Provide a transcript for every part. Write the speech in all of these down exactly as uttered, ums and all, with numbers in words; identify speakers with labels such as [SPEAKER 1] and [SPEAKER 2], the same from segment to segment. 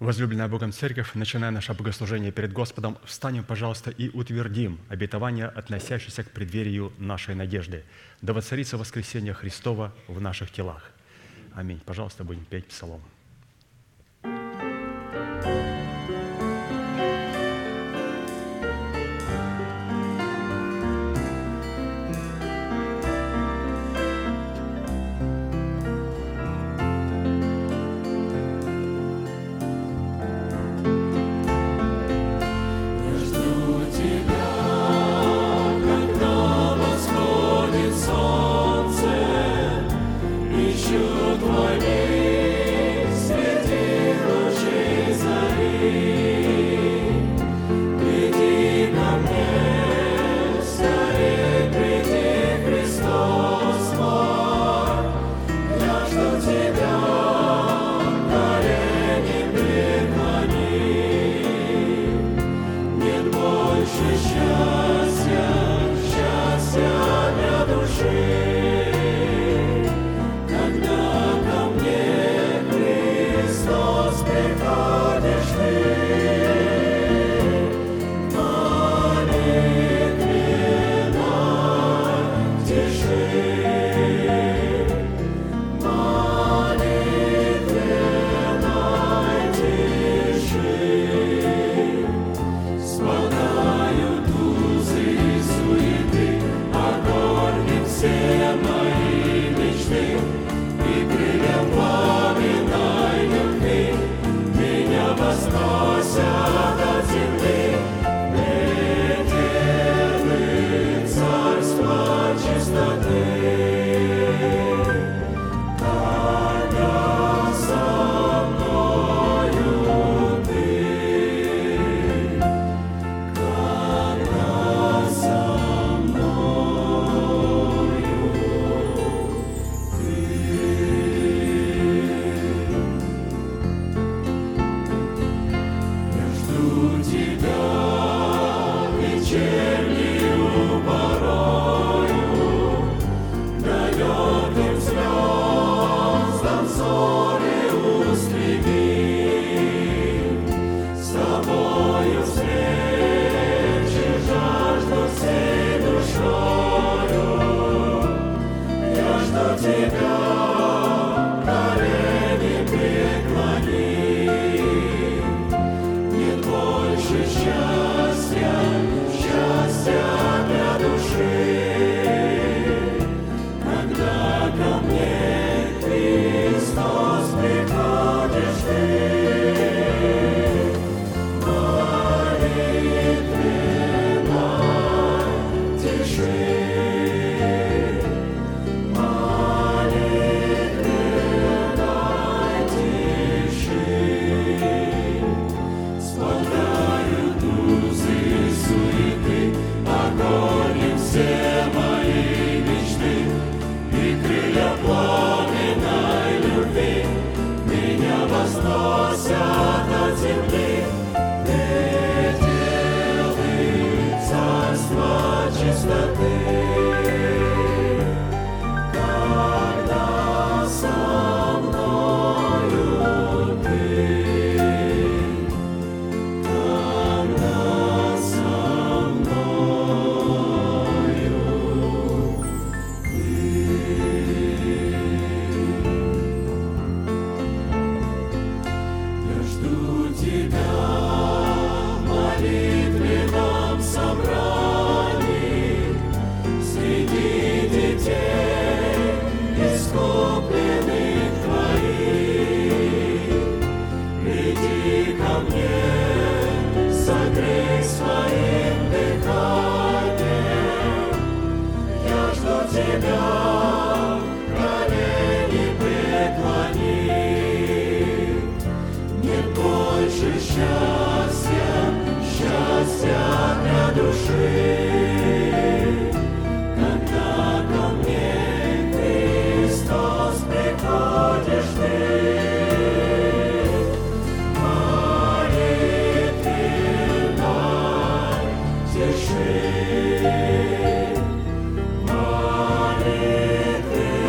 [SPEAKER 1] Возлюбленная Богом Церковь, начиная наше богослужение перед Господом, встанем, пожалуйста, и утвердим обетование, относящееся к преддверию нашей надежды. Да воцарится воскресение Христова в наших телах. Аминь. Пожалуйста, будем петь псалом.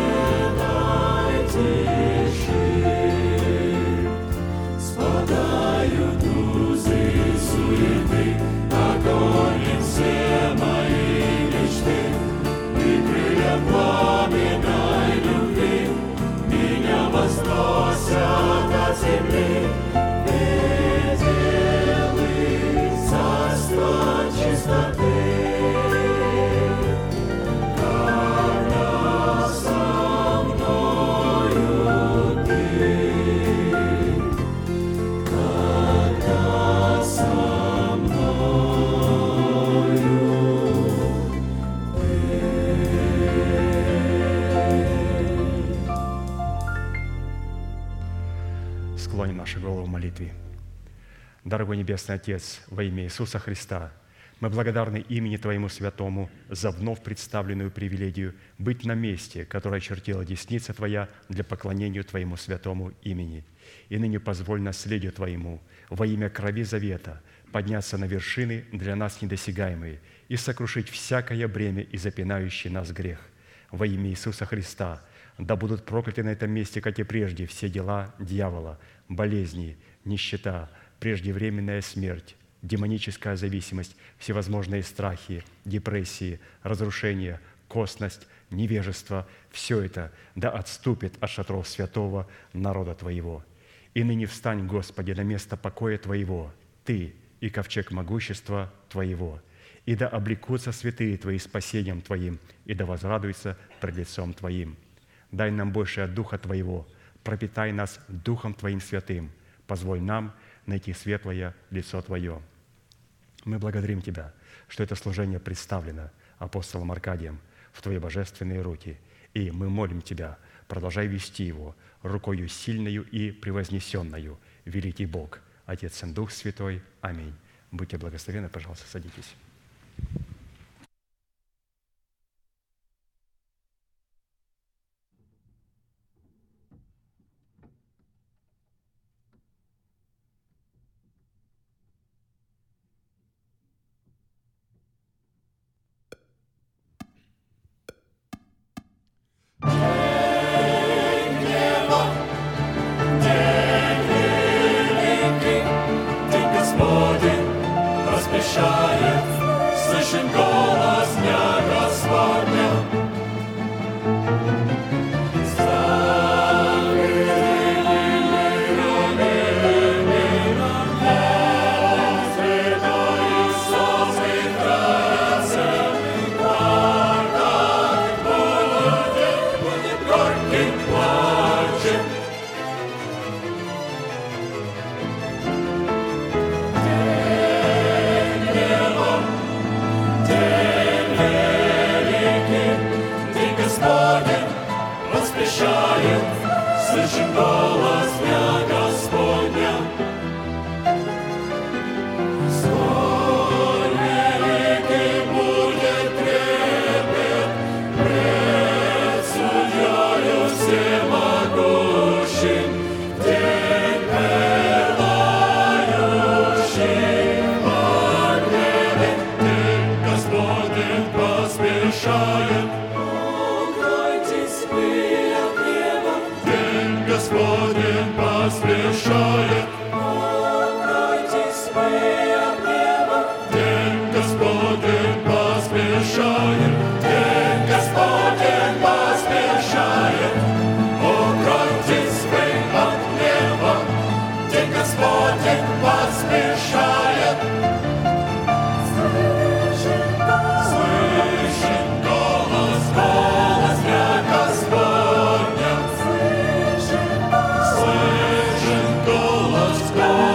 [SPEAKER 2] Спадай. земли, пределы царства чистоты. Когда со мною ты, когда со
[SPEAKER 1] Склоним наши головы в молитве. Дорогой Небесный Отец, во имя Иисуса Христа, мы благодарны имени Твоему Святому за вновь представленную привилегию быть на месте, которое очертила десница Твоя для поклонения Твоему святому имени. И ныне позволь наследию Твоему во имя крови завета подняться на вершины для нас недосягаемые и сокрушить всякое бремя и запинающий нас грех. Во имя Иисуса Христа да будут прокляты на этом месте, как и прежде, все дела дьявола, болезни, нищета, преждевременная смерть, демоническая зависимость, всевозможные страхи, депрессии, разрушения, косность, невежество – все это да отступит от шатров святого народа Твоего. И ныне встань, Господи, на место покоя Твоего, Ты и ковчег могущества Твоего, и да облекутся святые Твои спасением Твоим, и да возрадуются пред лицом Твоим. Дай нам больше от Духа Твоего, пропитай нас Духом Твоим святым, позволь нам найти светлое лицо Твое. Мы благодарим Тебя, что это служение представлено апостолом Аркадием в Твои божественные руки, и мы молим Тебя, продолжай вести его рукою сильною и превознесенною, великий Бог, Отец и Дух Святой. Аминь. Будьте благословенны, пожалуйста, садитесь.
[SPEAKER 2] Слышим голос дня Господня. Слышим голос дня Господня. Столь великий будет трепет пред судьёю всемогущим, день пылающий огненный, день Господень поспешает. Господень поспешает. Укройтесь вы от неба. День Господень поспешает. День Господень поспешает. Укройтесь вы от неба. День Господень поспешает. Слышим голос, голос дня Господня. Слышим голос, голос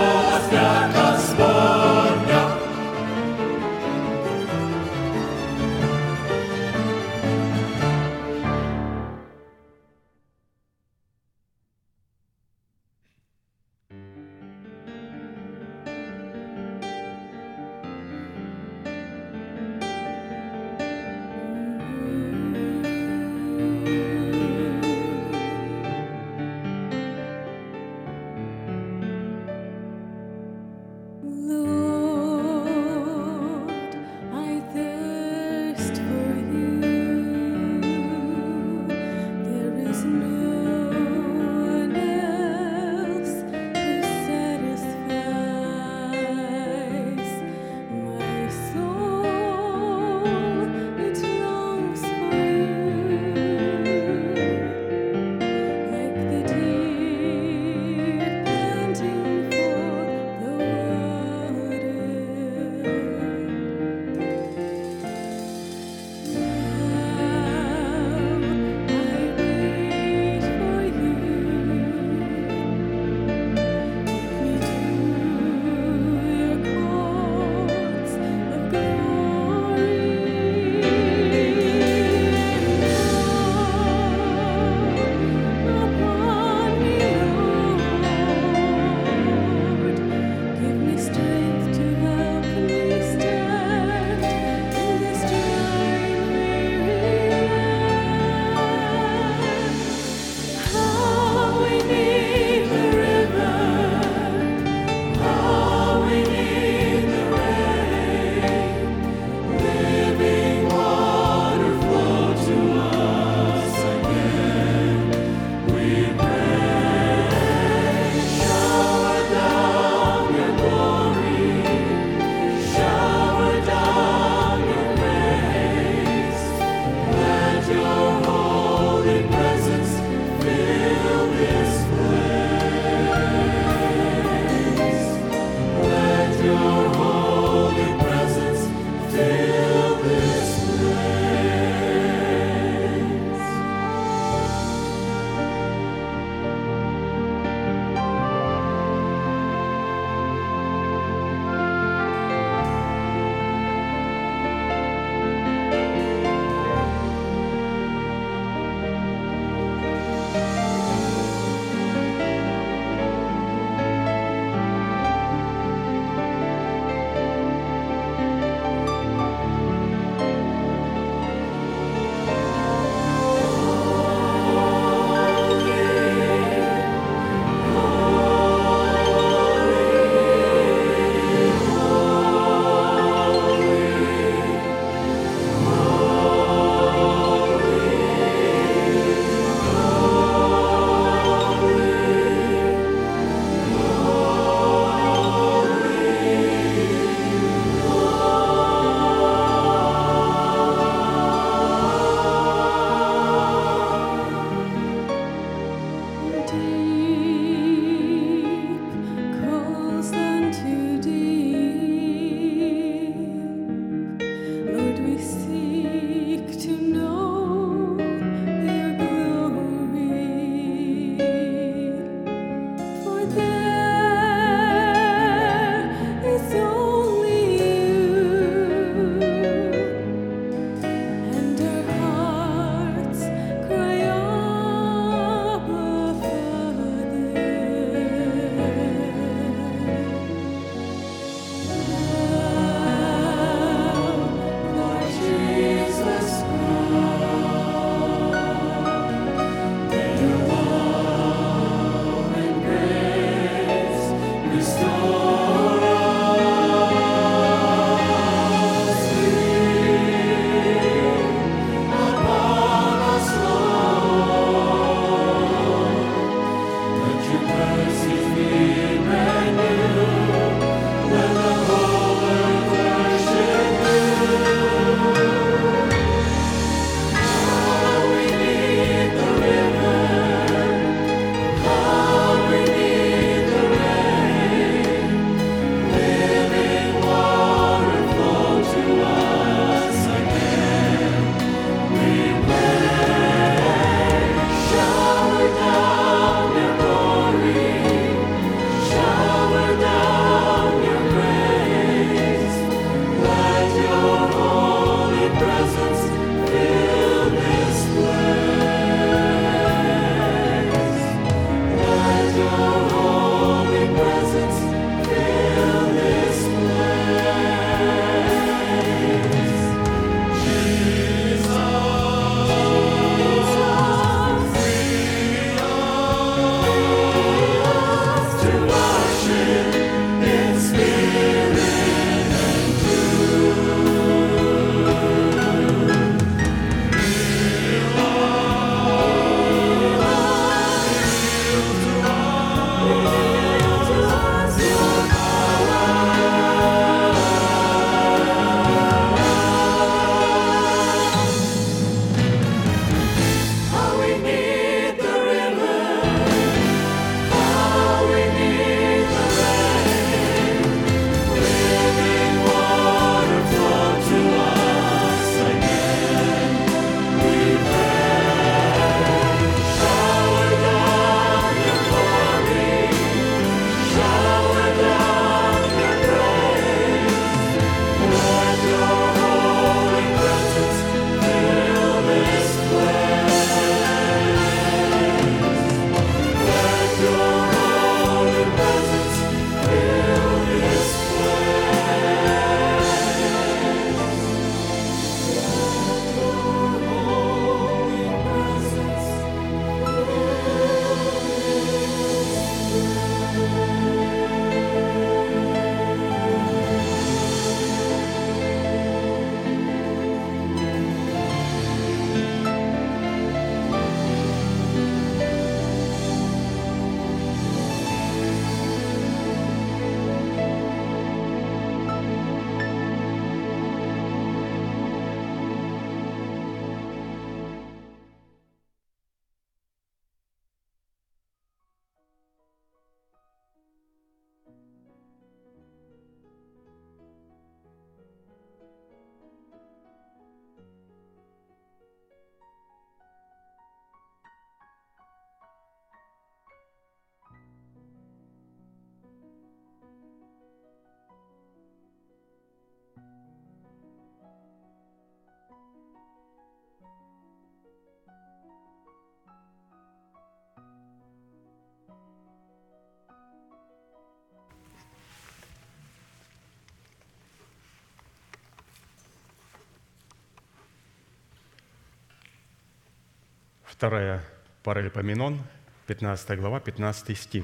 [SPEAKER 1] Вторая Паралипоменон, пятнадцатая глава, пятнадцатый стих.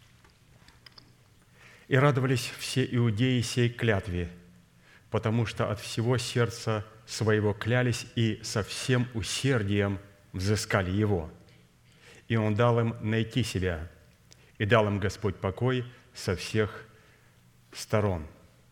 [SPEAKER 1] «И радовались все иудеи сей клятве, потому что от всего сердца своего клялись и со всем усердием взыскали его. И Он дал им найти себя, и дал им Господь покой со всех сторон».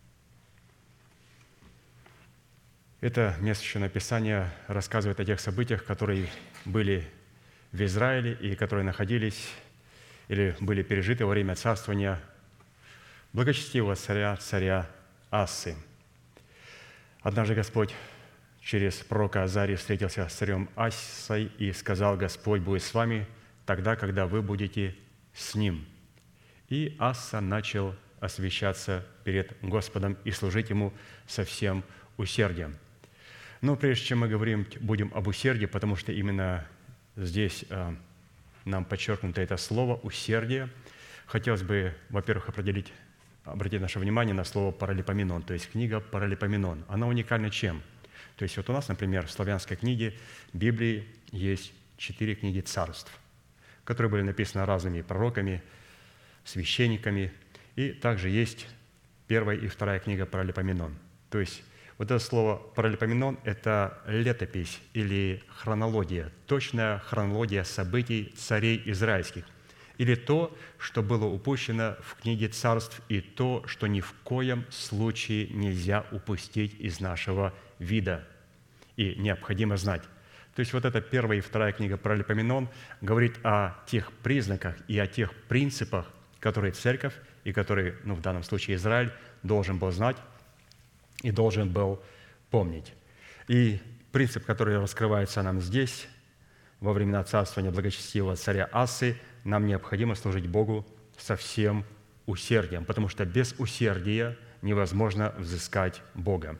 [SPEAKER 1] Это место Писания рассказывает о тех событиях, которые были в Израиле и которые находились или были пережиты во время царствования благочестивого царя, царя Ассы. Однажды Господь через пророка Азарии встретился с царем Ассой и сказал: «Господь будет с вами тогда, когда вы будете с ним». и Аса начал освящаться перед Господом и служить Ему со всем усердием. Но прежде чем мы говорим, будем об усердии, потому что именно здесь а, нам подчеркнуто это слово «усердие», хотелось бы, во-первых, определить, обратить наше внимание на слово «паралипоменон», то есть книга «Паралипоменон». Она уникальна чем? То есть вот у нас, например, в славянской книге Библии есть четыре книги царств, которые были написаны разными пророками, священниками, и также есть первая и вторая книга «Паралипоменон». То есть вот это слово «паралипоменон» – это летопись или хронология, точная хронология событий царей израильских, или то, что было упущено в книге царств, и то, что ни в коем случае нельзя упустить из нашего вида и необходимо знать. То есть вот эта первая и вторая книга «Паралипоменон» говорит о тех признаках и о тех принципах, которые церковь и которые, ну, в данном случае Израиль, должен был знать и должен был помнить. И принцип, который раскрывается нам здесь, во времена царствования благочестивого царя Асы, нам необходимо служить Богу со всем усердием, потому что без усердия невозможно взыскать Бога.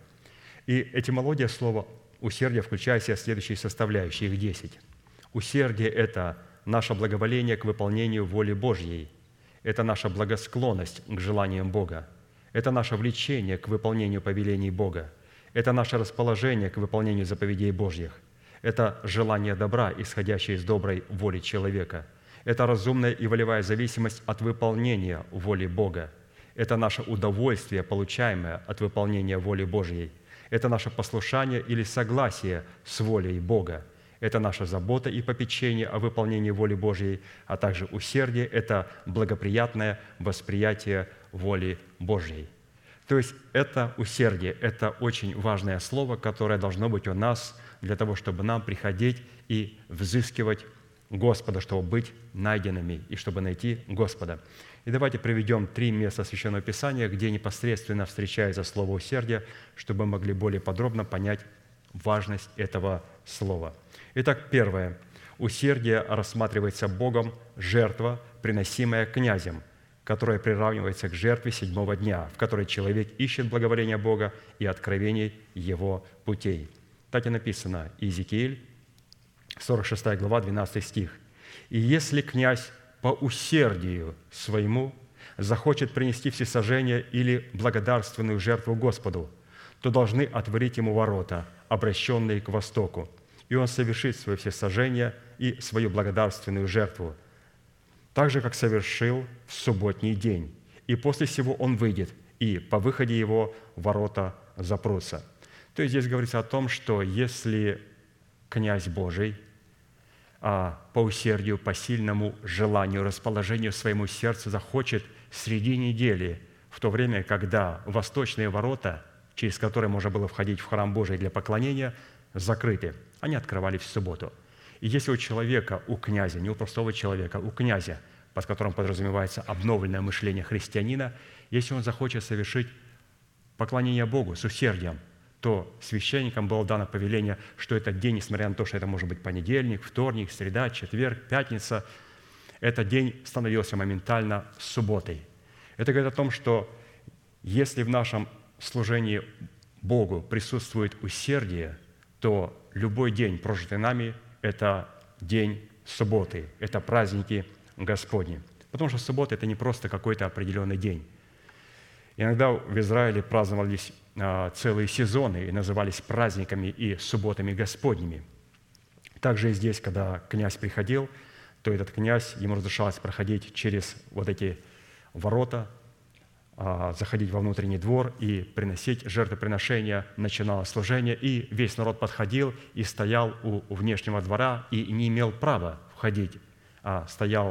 [SPEAKER 1] И этимология слова «усердие» включает в себя следующие составляющие, их десять. Усердие – это наше благоволение к выполнению воли Божьей, это наша благосклонность к желаниям Бога, это наше влечение к выполнению повелений Бога, это наше расположение к выполнению заповедей Божьих, это желание добра, исходящее из доброй воли человека, это разумная и волевая зависимость от выполнения воли Бога, это наше удовольствие, получаемое от выполнения воли Божьей, это наше послушание или согласие с волей Бога, это наша забота и попечение о выполнении воли Божьей, а также усердие – это благоприятное восприятие воли Божьей. То есть это усердие, это очень важное слово, которое должно быть у нас для того, чтобы нам приходить и взыскивать Господа, чтобы быть найденными и чтобы найти Господа. И давайте приведем три места Священного Писания, где непосредственно встречается слово «усердие», чтобы мы могли более подробно понять важность этого слова. Итак, первое. Усердие рассматривается Богом жертва, приносимая князем, которая приравнивается к жертве седьмого дня, в которой человек ищет благоволения Бога и откровений Его путей. Так и написано, Иезекииль, сорок шестая глава, двенадцатый стих. «И если князь по усердию своему захочет принести всесожжение или благодарственную жертву Господу, то должны отворить ему ворота, обращенные к востоку, и он совершит свое всесожжение и свою благодарственную жертву, так же, как совершил в субботний день. И после сего он выйдет, и по выходе его ворота запрутся». То есть здесь говорится о том, что если князь Божий а, по усердию, по сильному желанию, расположению своему сердцу захочет среди недели, в то время, когда восточные ворота, через которые можно было входить в храм Божий для поклонения, закрыты, они открывались в субботу. И если у человека, у князя, не у простого человека, у князя, под которым подразумевается обновленное мышление христианина, если он захочет совершить поклонение Богу с усердием, то священникам было дано повеление, что этот день, несмотря на то, что это может быть понедельник, вторник, среда, четверг, пятница, этот день становился моментально субботой. Это говорит о том, что если в нашем служении Богу присутствует усердие, то любой день, прожитый нами, это день субботы, это праздники Господни. Потому что суббота – это не просто какой-то определенный день. Иногда в Израиле праздновались целые сезоны и назывались праздниками и субботами Господними. Также и здесь, когда князь приходил, то этот князь, ему разрешалось проходить через вот эти ворота, заходить во внутренний двор и приносить жертвоприношения, начиналось служение, и весь народ подходил и стоял у внешнего двора и не имел права входить, а стоял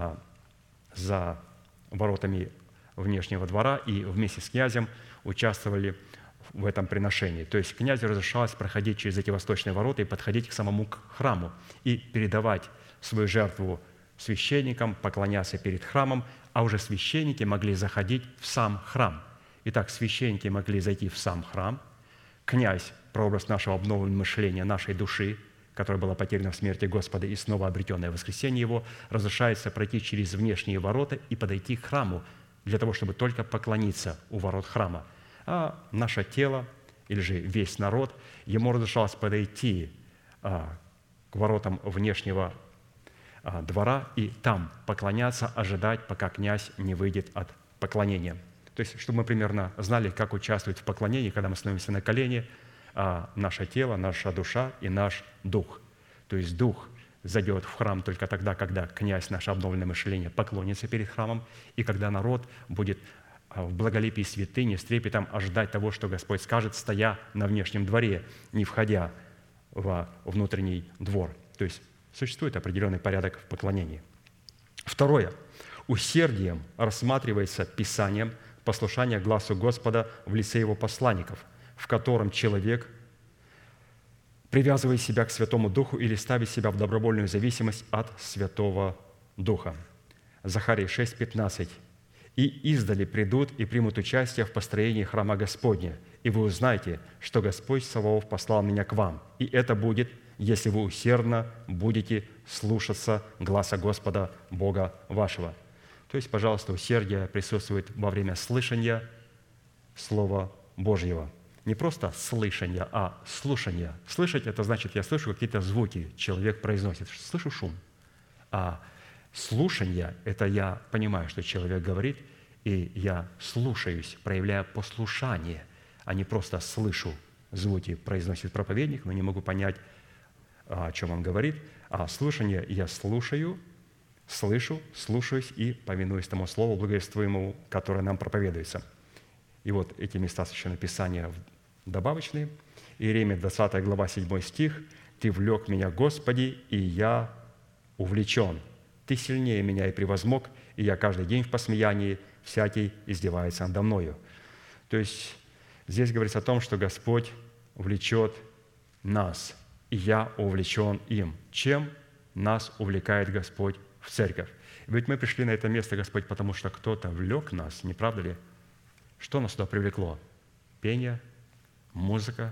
[SPEAKER 1] за воротами внешнего двора и вместе с князем участвовали в этом приношении. То есть князю разрешалось проходить через эти восточные ворота и подходить к самому храму и передавать свою жертву священникам, поклоняться перед храмом, а уже священники могли заходить в сам храм. Итак, священники могли зайти в сам храм, князь, прообраз нашего обновленного мышления, нашей души, которая была потеряна в смерти Господа и снова обретенная в воскресенье Его, разрешается пройти через внешние ворота и подойти к храму для того, чтобы только поклониться у ворот храма. А наше тело, или же весь народ, ему разрешалось подойти а, к воротам внешнего а, двора и там поклоняться, ожидать, пока князь не выйдет от поклонения. То есть, чтобы мы примерно знали, как участвовать в поклонении, когда мы становимся на колени, а наше тело, наша душа и наш дух. То есть дух зайдет в храм только тогда, когда князь, наше обновленное мышление, поклонится перед храмом, и когда народ будет в благолепии святыни с трепетом ожидать того, что Господь скажет, стоя на внешнем дворе, не входя во внутренний двор. То есть существует определенный порядок в поклонении. Второе. Усердием рассматривается Писанием послушание гласу Господа в лице Его посланников, в котором человек, привязывая себя к Святому Духу или ставит себя в добровольную зависимость от Святого Духа. Захария шесть пятнадцать. «И издали придут и примут участие в построении храма Господня, и вы узнаете, что Господь Саваоф послал меня к вам. И это будет, если вы усердно будете слушаться гласа Господа Бога вашего». То есть, пожалуйста, усердие присутствует во время слышания Слова Божьего. Не просто слышание, а слушание. Слышать – это значит, я слышу какие-то звуки, человек произносит, слышу шум. А слушание – это я понимаю, что человек говорит, и я слушаюсь, проявляя послушание, а не просто слышу звуки, произносит проповедник, но не могу понять, о чем он говорит. А слушание – я слушаю, слышу, слушаюсь и повинуюсь тому слову благовествуемому, которое нам проповедуется. И вот эти места Священного Писания добавочные. Иеремия двадцатая глава, седьмой стих. «Ты влек меня, Господи, и я увлечен. Ты сильнее меня и превозмог, и я каждый день в посмеянии, всякий издевается надо мною». То есть здесь говорится о том, что Господь влечет нас, и я увлечен им. Чем нас увлекает Господь в церковь? Ведь мы пришли на это место, Господь, потому что кто-то влек нас, не правда ли? Что нас туда привлекло? Пение, музыка,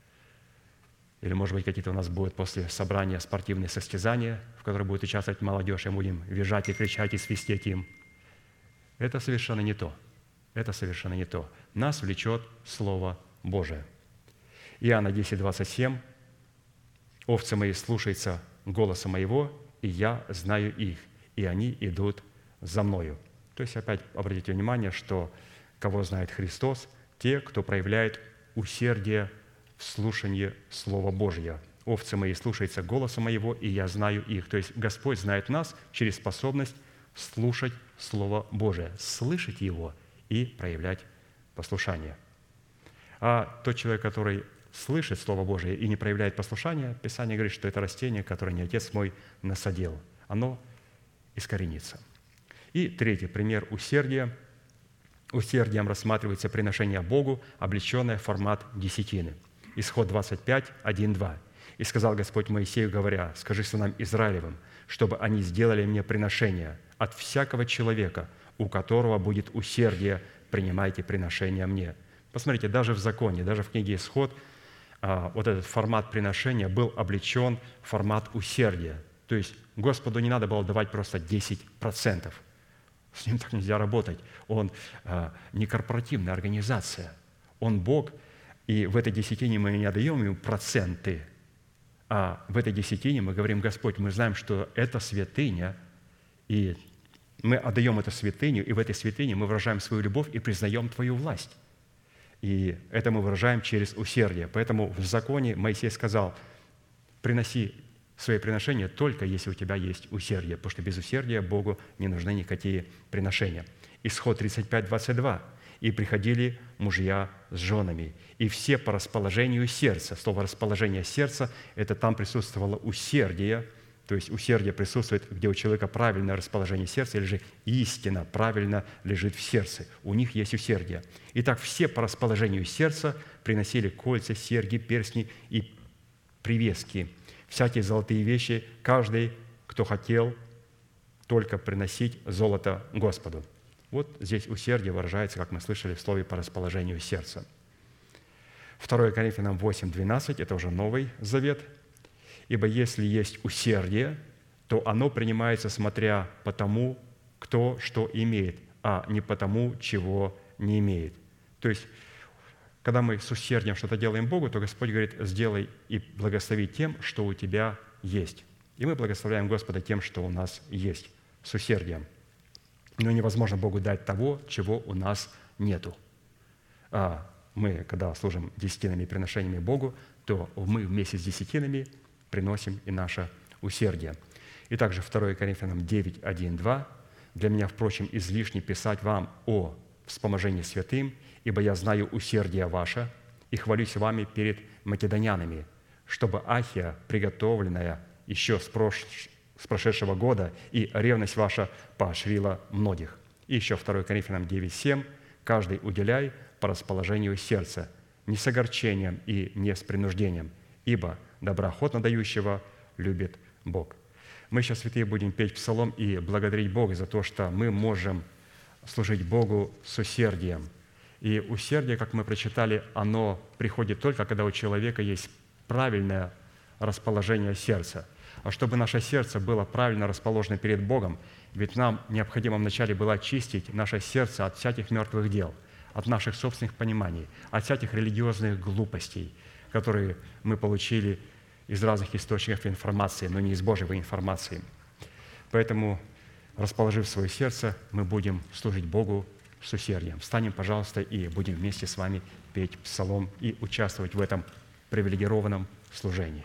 [SPEAKER 1] или, может быть, какие-то у нас будут после собрания спортивные состязания, в которых будет участвовать молодежь, и мы будем визжать и кричать и свистеть им. Это совершенно не то. Это совершенно не то. Нас влечет Слово Божие. Иоанна десять двадцать семь. «Овцы мои слушаются голоса моего, и я знаю их, и они идут за мною». То есть, опять обратите внимание, что кого знает Христос, те, кто проявляет усердие в слушании Слова Божьего. «Овцы мои слушаются голоса моего, и я знаю их». То есть Господь знает нас через способность слушать Слово Божие, слышать Его и проявлять послушание. А тот человек, который слышит Слово Божие и не проявляет послушание, Писание говорит, что это растение, которое не Отец мой насадил. Оно искоренится. И третий пример усердия. Усердием рассматривается приношение Богу, облеченное в формат десятины. Исход двадцать пять, один, два. «И сказал Господь Моисею, говоря, скажи сынам Израилевым, чтобы они сделали мне приношение от всякого человека, у которого будет усердие, принимайте приношение мне». Посмотрите, даже в законе, даже в книге Исход вот этот формат приношения был облечен в формат усердия. То есть Господу не надо было давать просто десять процентов. С ним так нельзя работать. Он а, не корпоративная организация. Он Бог, и в этой десятине мы не отдаем ему проценты, а в этой десятине мы говорим: Господь, мы знаем, что это святыня, и мы отдаем эту святыню, и в этой святыне мы выражаем свою любовь и признаем Твою власть. И это мы выражаем через усердие. Поэтому в законе Моисей сказал: приноси свои приношения только если у тебя есть усердие, потому что без усердия Богу не нужны никакие приношения. Исход тридцать пять, двадцать два. «И приходили мужья с женами, и все по расположению сердца». Слово «расположение сердца» – это там присутствовало усердие, то есть усердие присутствует, где у человека правильное расположение сердца, или же истина правильно лежит в сердце. У них есть усердие. Итак, все по расположению сердца приносили кольца, серьги, перстни и привески, всякие золотые вещи, каждый, кто хотел только приносить золото Господу. Вот здесь усердие выражается, как мы слышали, в слове «по расположению сердца». второе Коринфянам восемь, двенадцать – это уже Новый Завет. Ибо если есть усердие, то оно принимается смотря по тому, кто что имеет, а не по тому, чего не имеет». То есть, когда мы с усердием что-то делаем Богу, то Господь говорит: «Сделай и благослови тем, что у тебя есть». И мы благословляем Господа тем, что у нас есть, с усердием. Но невозможно Богу дать того, чего у нас нету. А мы, когда служим десятинами и приношениями Богу, то мы вместе с десятинами приносим и наше усердие. И также второе Коринфянам девять, один, два. «Для меня, впрочем, излишне писать вам о вспоможении святым, ибо я знаю усердие ваше и хвалюсь вами перед македонянами, чтобы Ахия, приготовленная еще с, прош... с прошедшего года, и ревность ваша поощрила многих». И еще второе Коринфянам девять, семь. «Каждый уделяй по расположению сердца, не с огорчением и не с принуждением, ибо доброохотно дающего любит Бог». Мы сейчас, святые, будем петь псалом и благодарить Бога за то, что мы можем служить Богу с усердием. И усердие, как мы прочитали, оно приходит только, когда у человека есть правильное расположение сердца. А чтобы наше сердце было правильно расположено перед Богом, ведь нам необходимо вначале было очистить наше сердце от всяких мертвых дел, от наших собственных пониманий, от всяких религиозных глупостей, которые мы получили из разных источников информации, но не из Божьей информации. Поэтому, расположив свое сердце, мы будем служить Богу с усердием. Встанем, пожалуйста, и будем вместе с вами петь псалом и участвовать в этом привилегированном служении.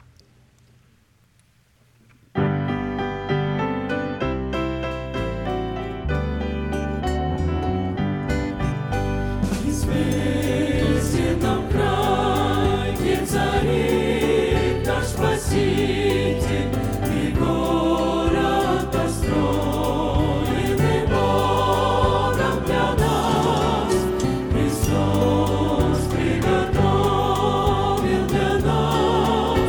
[SPEAKER 2] Известен нам край, где царит наш Спаситель, и город построенный Богом для нас. Христос приготовил для нас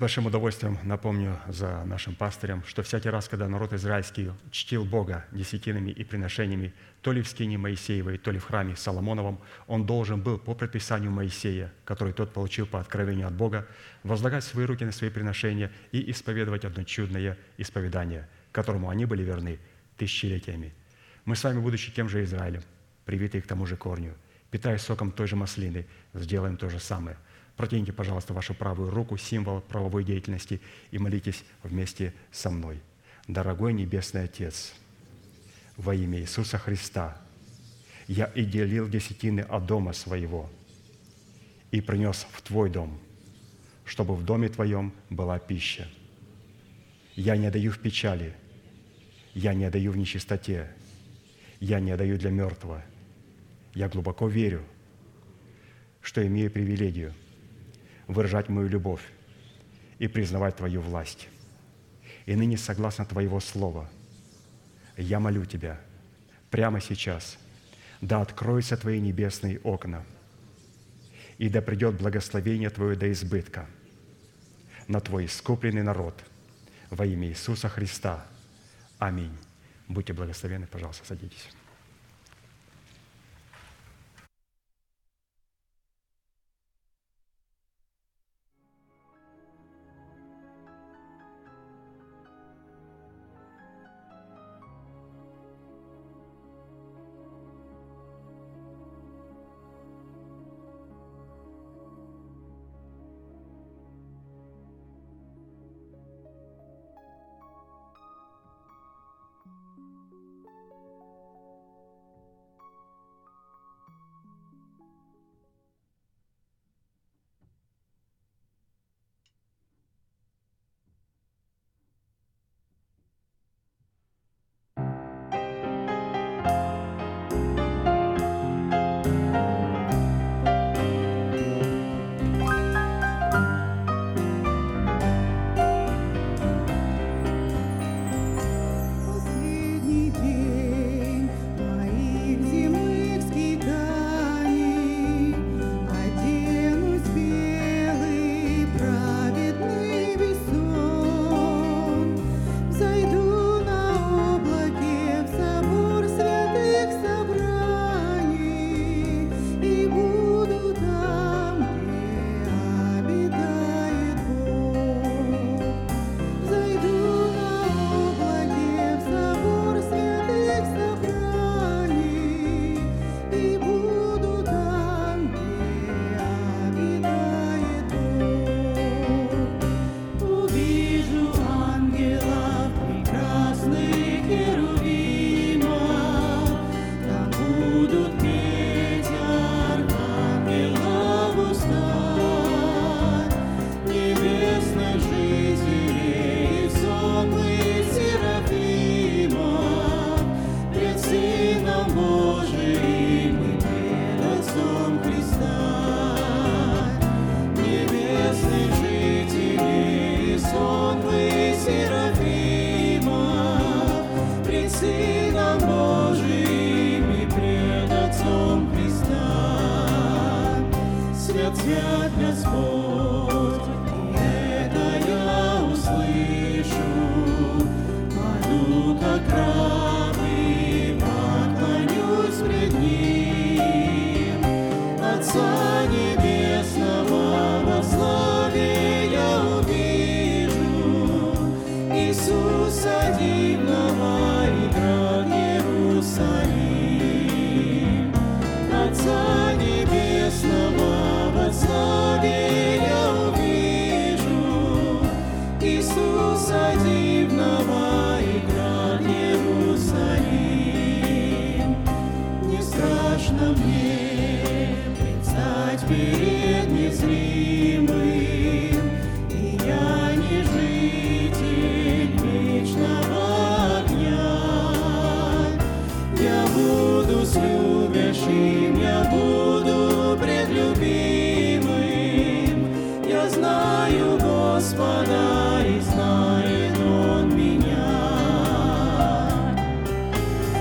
[SPEAKER 1] большим удовольствием напомню за нашим пастырем, что всякий раз, когда народ израильский чтил Бога десятинами и приношениями, то ли в скинии Моисеевой, то ли в храме Соломоновом, он должен был по предписанию Моисея, который тот получил по откровению от Бога, возлагать свои руки на свои приношения и исповедовать одно чудное исповедание, которому они были верны тысячелетиями. Мы с вами, будучи тем же Израилем, привитые к тому же корню, питаясь соком той же маслины, сделаем то же самое. Протяните, пожалуйста, вашу правую руку, символ правовой деятельности, и молитесь вместе со мной. Дорогой Небесный Отец, во имя Иисуса Христа, я и делил десятины от дома своего и принес в Твой дом, чтобы в доме Твоем была пища. Я не даю в печали, я не даю в нечистоте, я не даю для мертвого. Я глубоко верю, что имею привилегию выражать мою любовь и признавать Твою власть. И ныне, согласно Твоего Слова, я молю Тебя прямо сейчас, да откроются Твои небесные окна, и да придет благословение Твое до избытка на Твой искупленный народ во имя Иисуса Христа. Аминь. Будьте благословенны, пожалуйста, садитесь.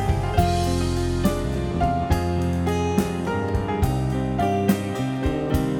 [SPEAKER 2] Господа,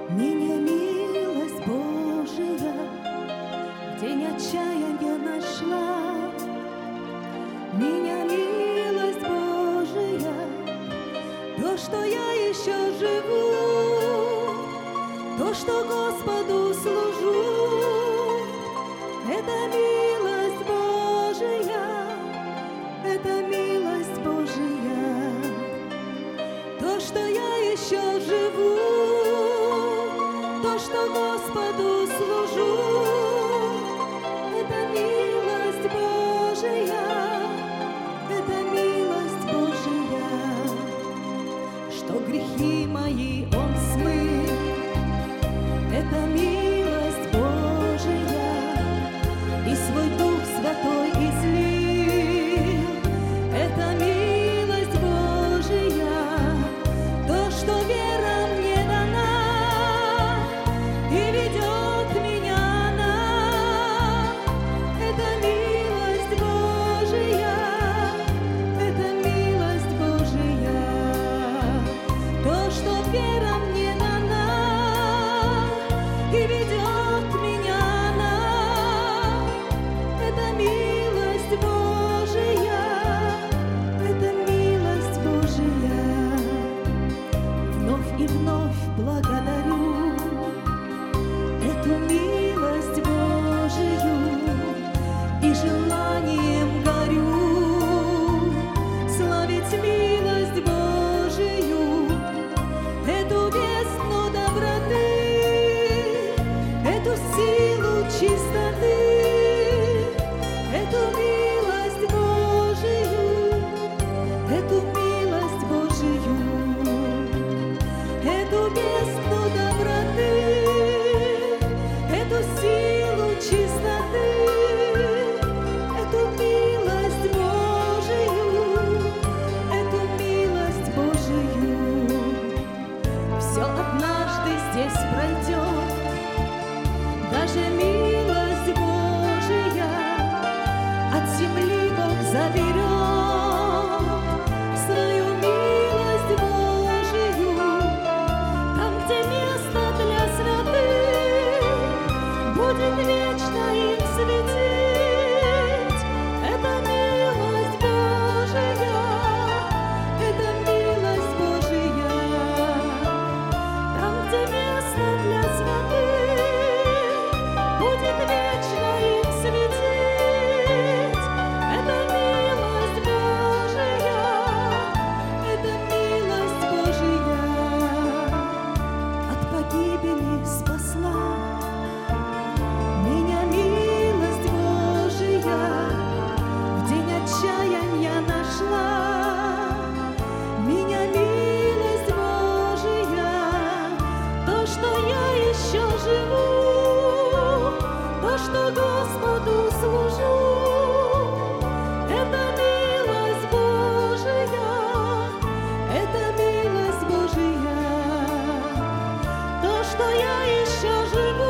[SPEAKER 3] Меня милость Божия в день отчаяния нашла. Меня милость Божия, то, что я еще живу, то, что Господу служу, это милость Божия, это милость Божия, то, что я еще живу, то, что Господу служу, это милость Божия, это милость Божия, что грехи мои Он смыл, это милость Божия, и свой Дух Святой излил, это милость Божия, то, что вера мне дана, и ведет меня она, это милость Божия, это милость Божия, то, что вера мне дана, и ведет меня она, это милость Божия, это милость Божия. Вновь и вновь благодарю эту милость Божию, и желанием горю славить милость Божию, эту бездну доброты, эту силу чистоты, эту милость Божию, эту милость Божию, эту бездну доброты, эту силу чистоты, эту милость Божию, эту милость Божию. Все однажды здесь пройдет, даже милость Божия, от земли Бог заберет свою милость Божию, там, где место для святых будет вечно им светить. Это милость Божия, это милость Божия, там, где место для святых будет вечно им светить. Это милость Божия, это милость Божия, от погибели спасла. Меня милость Божия в день отчаяния нашла. Меня милость Божия, то, что я еще живу, то, что Господу служу, это милость Божия, это милость Божия, то, что я еще живу,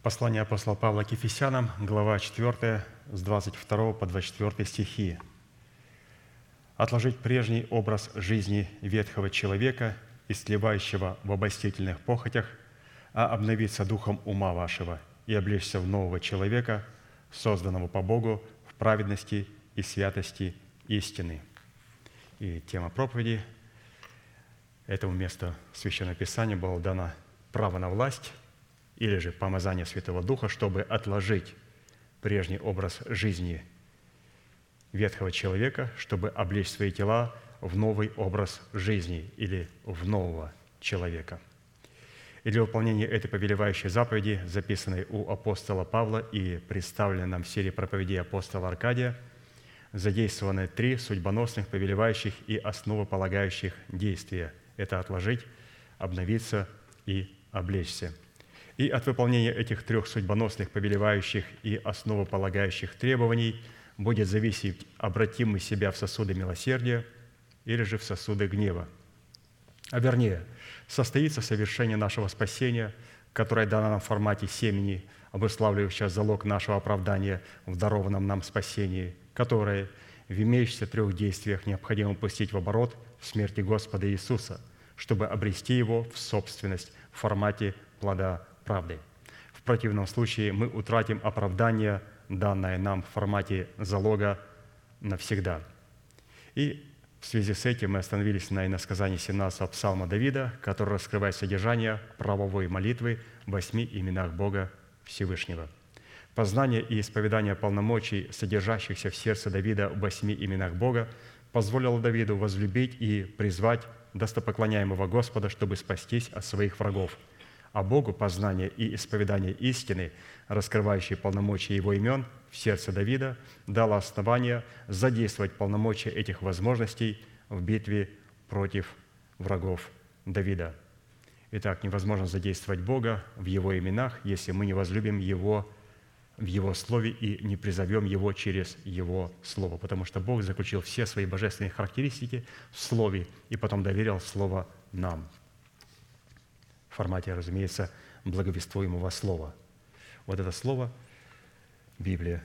[SPEAKER 1] Послание апостола Павла к Ефесянам, глава четвёртая, с двадцать второго по двадцать четвёртый стихи. «Отложить прежний образ жизни ветхого человека, истлевающего в обольстительных похотях, а обновиться духом ума вашего и облечься в нового человека, созданного по Богу в праведности и святости истины». И тема проповеди этому месту Священного Писания было дано право на власть или же помазание Святого Духа, чтобы отложить прежний образ жизни ветхого человека, чтобы облечь свои тела в новый образ жизни или в нового человека. И для выполнения этой повелевающей заповеди, записанной у апостола Павла и представленной нам в серии проповедей апостола Аркадия, задействованы три судьбоносных, повелевающих и основополагающих действия. Это отложить, обновиться и облечься. И от выполнения этих трех судьбоносных, повелевающих и основополагающих требований будет зависеть, обратим мы себя в сосуды милосердия или же в сосуды гнева. А вернее, состоится совершение нашего спасения, которое дано нам в формате семени, обуславливающего залог нашего оправдания в дарованном нам спасении, которое в имеющихся трех действиях необходимо пустить в оборот в смерти Господа Иисуса, чтобы обрести его в собственность в формате плода правды. В противном случае мы утратим оправдание, данное нам в формате залога навсегда. И в связи с этим мы остановились на иносказании семнадцатого псалма Давида, который раскрывает содержание правовой молитвы в восьми именах Бога Всевышнего. Познание и исповедание полномочий, содержащихся в сердце Давида в восьми именах Бога, позволило Давиду возлюбить и призвать достопоклоняемого Господа, чтобы спастись от своих врагов. А Богу познание и исповедание истины, раскрывающие полномочия Его имен в сердце Давида, дало основание задействовать полномочия этих возможностей в битве против врагов Давида. Итак, невозможно задействовать Бога в Его именах, если мы не возлюбим Его в Его Слове и не призовем Его через Его Слово, потому что Бог заключил все свои божественные характеристики в Слове и потом доверил Слово нам. В формате, разумеется, благовествуемого Слова. Вот это Слово – Библия,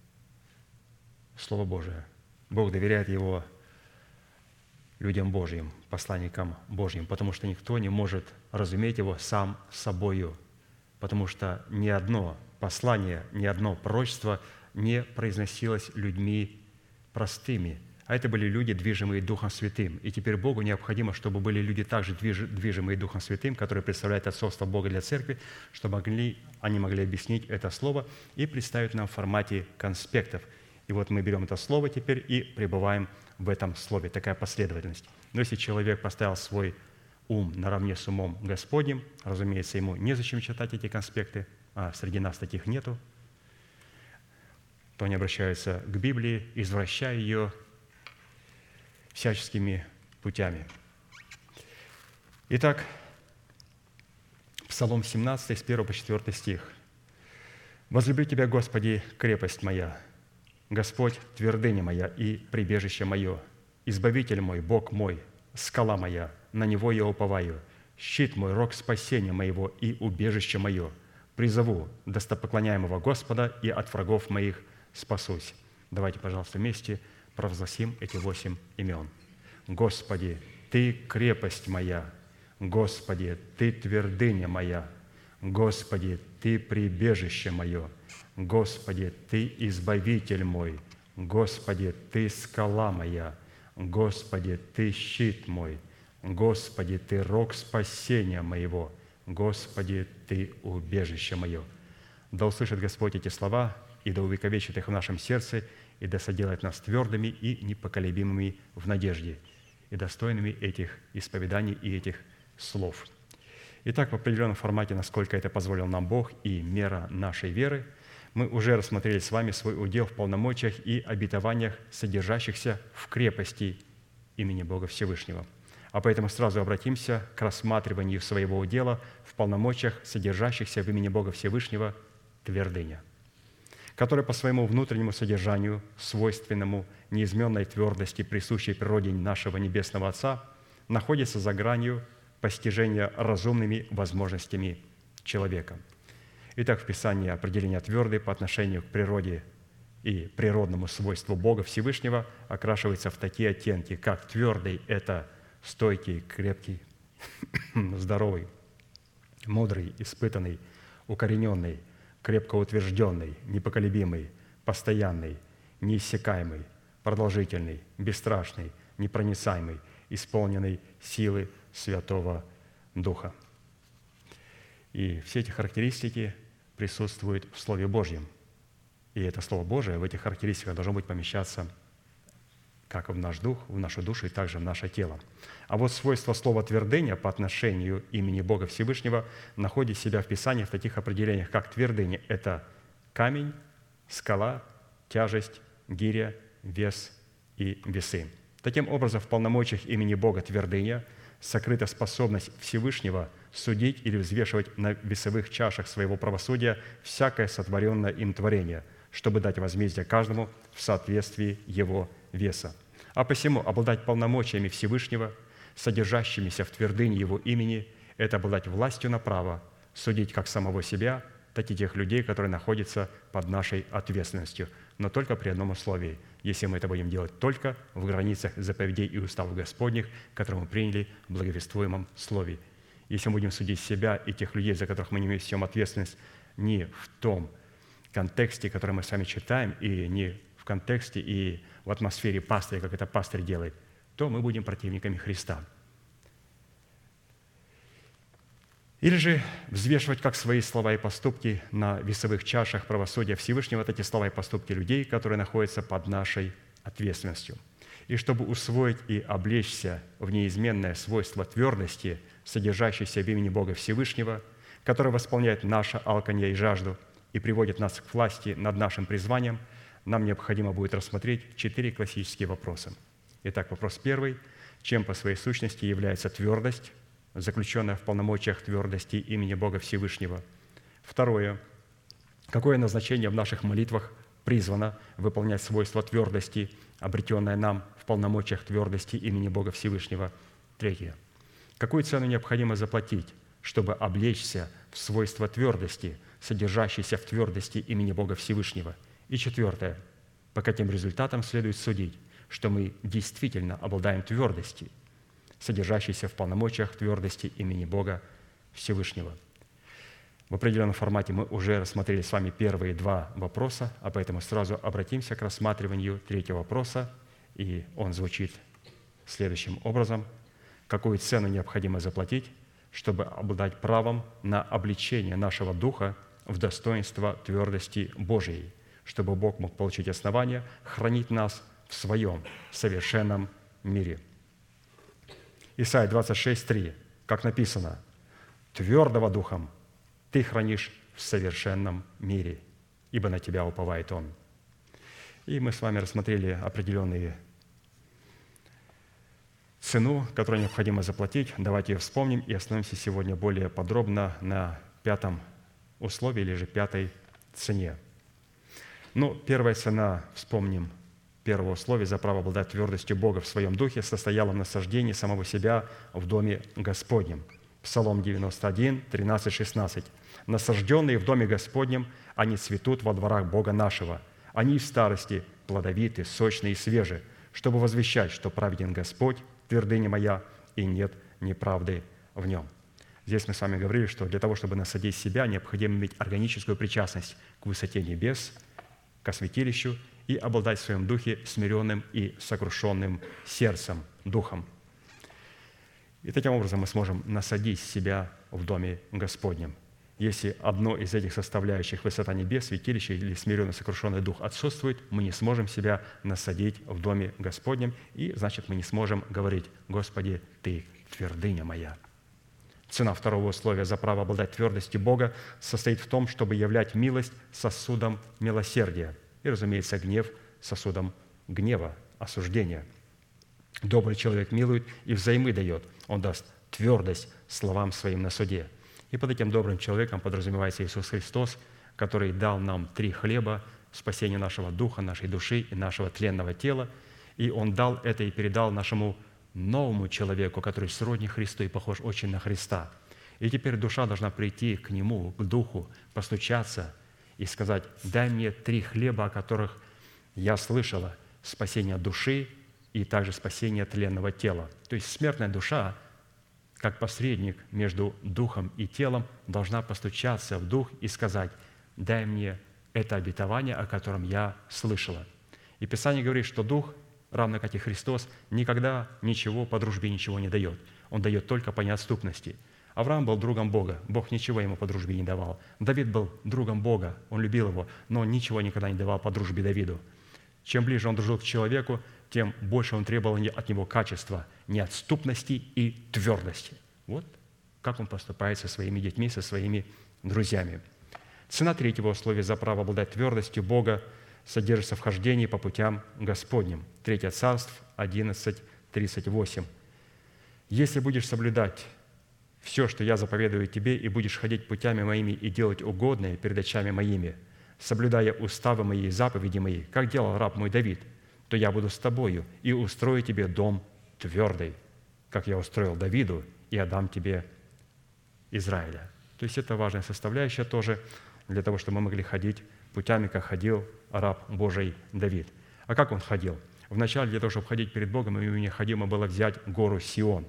[SPEAKER 1] Слово Божие. Бог доверяет его людям Божьим, посланникам Божьим, потому что никто не может разуметь его сам собою, потому что ни одно послание, ни одно пророчество не произносилось людьми простыми, а это были люди, движимые Духом Святым. И теперь Богу необходимо, чтобы были люди также движимые Духом Святым, которые представляют отцовство Бога для церкви, чтобы могли, они могли объяснить это слово и представить нам в формате конспектов. И вот мы берем это слово теперь и пребываем в этом слове. Такая последовательность. Но если человек поставил свой ум наравне с умом Господним, разумеется, ему незачем читать эти конспекты, а среди нас таких нету, то они обращаются к Библии, извращая ее всяческими путями. Итак, Псалом семнадцатый, с первого по четвёртый стих. «Возлюблю Тебя, Господи, крепость моя, Господь, твердыня моя и прибежище мое, Избавитель мой, Бог мой, скала моя, на Него я уповаю, щит мой, рог спасения моего и убежище мое. Призову достопоклоняемого Господа, и от врагов моих спасусь». Давайте, пожалуйста, вместе провозгласим эти восемь имен. «Господи, Ты крепость моя, Господи, Ты твердыня моя, Господи, Ты прибежище мое, Господи, Ты избавитель мой, Господи, Ты скала моя, Господи, Ты щит мой, Господи, Ты рог спасения моего, Господи, Ты убежище мое». Да услышит Господь эти слова, и да увековечит их в нашем сердце, и да соделает нас твердыми и непоколебимыми в надежде, и достойными этих исповеданий и этих слов. Итак, в определенном формате, насколько это позволил нам Бог и мера нашей веры, мы уже рассмотрели с вами свой удел в полномочиях и обетованиях, содержащихся в крепости имени Бога Всевышнего. А поэтому сразу обратимся к рассматриванию своего удела в полномочиях, содержащихся в имени Бога Всевышнего твердыня, которая по своему внутреннему содержанию, свойственному неизменной твердости, присущей природе нашего Небесного Отца, находится за гранью постижения разумными возможностями человека. Итак, в Писании определение «твердый» по отношению к природе и природному свойству Бога Всевышнего окрашивается в такие оттенки, как твердый – это стойкий, крепкий, здоровый, мудрый, испытанный, укорененный, крепко утвержденный, непоколебимый, постоянный, неиссякаемый, продолжительный, бесстрашный, непроницаемый, исполненный силы Святого Духа. И все эти характеристики присутствуют в Слове Божьем. И это Слово Божие в этих характеристиках должно быть помещаться как в наш дух, в нашу душу и также в наше тело. А вот свойство слова «твердыня» по отношению имени Бога Всевышнего находит себя в Писании в таких определениях, как твердыня – это камень, скала, тяжесть, гиря, вес и весы. Таким образом, в полномочиях имени Бога твердыня сокрыта способность Всевышнего судить или взвешивать на весовых чашах своего правосудия всякое сотворенное им творение, чтобы дать возмездие каждому в соответствии его веса. А посему обладать полномочиями Всевышнего, содержащимися в твердыне Его имени, это обладать властью на право судить как самого себя, так и тех людей, которые находятся под нашей ответственностью, но только при одном условии, если мы это будем делать только в границах заповедей и уставов Господних, которые мы приняли в благовествуемом Слове. Если мы будем судить себя и тех людей, за которых мы не несем ответственность, не в том контексте, который мы с вами читаем, и не в контексте и в атмосфере пастыря, как это пастырь делает, то мы будем противниками Христа. Или же взвешивать как свои слова и поступки на весовых чашах правосудия Всевышнего, вот эти слова и поступки людей, которые находятся под нашей ответственностью. И чтобы усвоить и облечься в неизменное свойство твердости, содержащееся в имени Бога Всевышнего, которое восполняет наше алканье и жажду и приводит нас к власти над нашим призванием, нам необходимо будет рассмотреть четыре классические вопроса. Итак, вопрос первый. Чем по своей сущности является твердость, заключенная в полномочиях твердости имени Бога Всевышнего? Второе. Какое назначение в наших молитвах призвано выполнять свойства твердости, обретенное нам в полномочиях твердости имени Бога Всевышнего? Третье. Какую цену необходимо заплатить, чтобы облечься в свойства твердости, содержащейся в твердости имени Бога Всевышнего? И четвертое. По каким результатам следует судить, что мы действительно обладаем твердостью, содержащейся в полномочиях твердости имени Бога Всевышнего? В определенном формате мы уже рассмотрели с вами первые два вопроса, а поэтому сразу обратимся к рассматриванию третьего вопроса, и он звучит следующим образом. Какую цену необходимо заплатить, чтобы обладать правом на облечение нашего духа в достоинство твердости Божией, чтобы Бог мог получить основание хранить нас в Своем совершенном мире? Исайя двадцать шесть, три, как написано: «Твердого духом ты хранишь в совершенном мире, ибо на тебя уповает Он». И мы с вами рассмотрели определенные цену, которую необходимо заплатить. Давайте ее вспомним и остановимся сегодня более подробно на пятом условии или же пятой цене. Ну, первая цена, вспомним, первого условия за право обладать твердостью Бога в своем духе состояла в насаждении самого себя в доме Господнем. Псалом девяносто один, тринадцать, шестнадцать. «Насажденные в доме Господнем, они цветут во дворах Бога нашего. Они в старости плодовиты, сочные и свежи, чтобы возвещать, что праведен Господь, твердыня моя, и нет неправды в нем». Здесь мы с вами говорили, что для того, чтобы насадить себя, необходимо иметь органическую причастность к высоте небес, к святилищу и обладать в своем духе смиренным и сокрушенным сердцем, духом. И таким образом мы сможем насадить себя в доме Господнем. Если одно из этих составляющих, высота небес, святилище или смиренный сокрушенный дух, отсутствует, мы не сможем себя насадить в доме Господнем, и значит, мы не сможем говорить: «Господи, Ты твердыня моя». Цена второго условия за право обладать твердостью Бога состоит в том, чтобы являть милость сосудом милосердия и, разумеется, гнев сосудом гнева, осуждения. Добрый человек милует и взаймы дает. Он даст твердость словам своим на суде. И под этим добрым человеком подразумевается Иисус Христос, который дал нам три хлеба, спасение нашего духа, нашей души и нашего тленного тела. И Он дал это и передал нашему новому человеку, который сродни Христу и похож очень на Христа. И теперь душа должна прийти к Нему, к Духу, постучаться и сказать: «Дай мне три хлеба, о которых я слышала, спасение души и также спасение тленного тела». То есть смертная душа, как посредник между духом и телом, должна постучаться в дух и сказать: «Дай мне это обетование, о котором я слышала». И Писание говорит, что Дух, равно как и Христос, никогда ничего по дружбе ничего не дает. Он дает только по неотступности. Авраам был другом Бога, Бог ничего ему по дружбе не давал. Давид был другом Бога, он любил его, но он ничего никогда не давал по дружбе Давиду. Чем ближе он дружил к человеку, тем больше он требовал от него качества, неотступности и твердости. Вот как он поступает со своими детьми, со своими друзьями. Цена третьего условия за право обладать твердостью Бога содержится в хождении по путям Господним. Третье Царств одиннадцать тридцать восемь. «Если будешь соблюдать все, что я заповедую тебе, и будешь ходить путями моими и делать угодное перед очами моими, соблюдая уставы мои и заповеди мои, как делал раб мой Давид, то я буду с тобою и устрою тебе дом твердый, как я устроил Давиду, и отдам тебе Израиля». То есть это важная составляющая тоже для того, чтобы мы могли ходить путями, как ходил раб Божий Давид. А как он ходил? Вначале для того, чтобы ходить перед Богом, ему необходимо было взять гору Сион.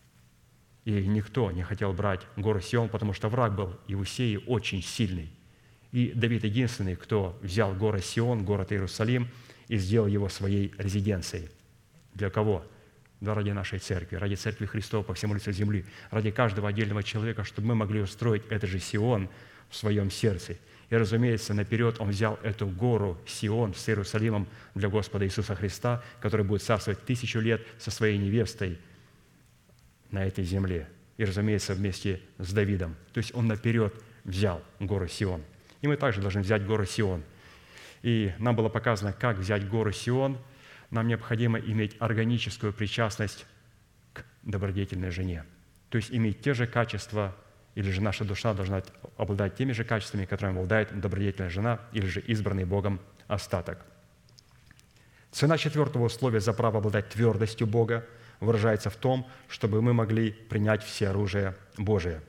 [SPEAKER 1] И никто не хотел брать гору Сион, потому что враг был Иусеи очень сильный. И Давид единственный, кто взял гору Сион, город Иерусалим, и сделал его своей резиденцией. Для кого? Да ради нашей церкви, ради церкви Христова по всему лицу земли, ради каждого отдельного человека, чтобы мы могли устроить этот же Сион в своем сердце. И, разумеется, наперед он взял эту гору Сион с Иерусалимом для Господа Иисуса Христа, который будет царствовать тысячу лет со своей невестой на этой земле. И, разумеется, вместе с Давидом. То есть он наперед взял гору Сион. И мы также должны взять гору Сион. И нам было показано, как взять гору Сион. Нам необходимо иметь органическую причастность к добродетельной жене. То есть иметь те же качества, или же наша душа должна обладать теми же качествами, которыми обладает добродетельная жена, или же избранный Богом остаток. Цена четвертого условия за право обладать твердостью Бога выражается в том, чтобы мы могли принять все оружие Божие.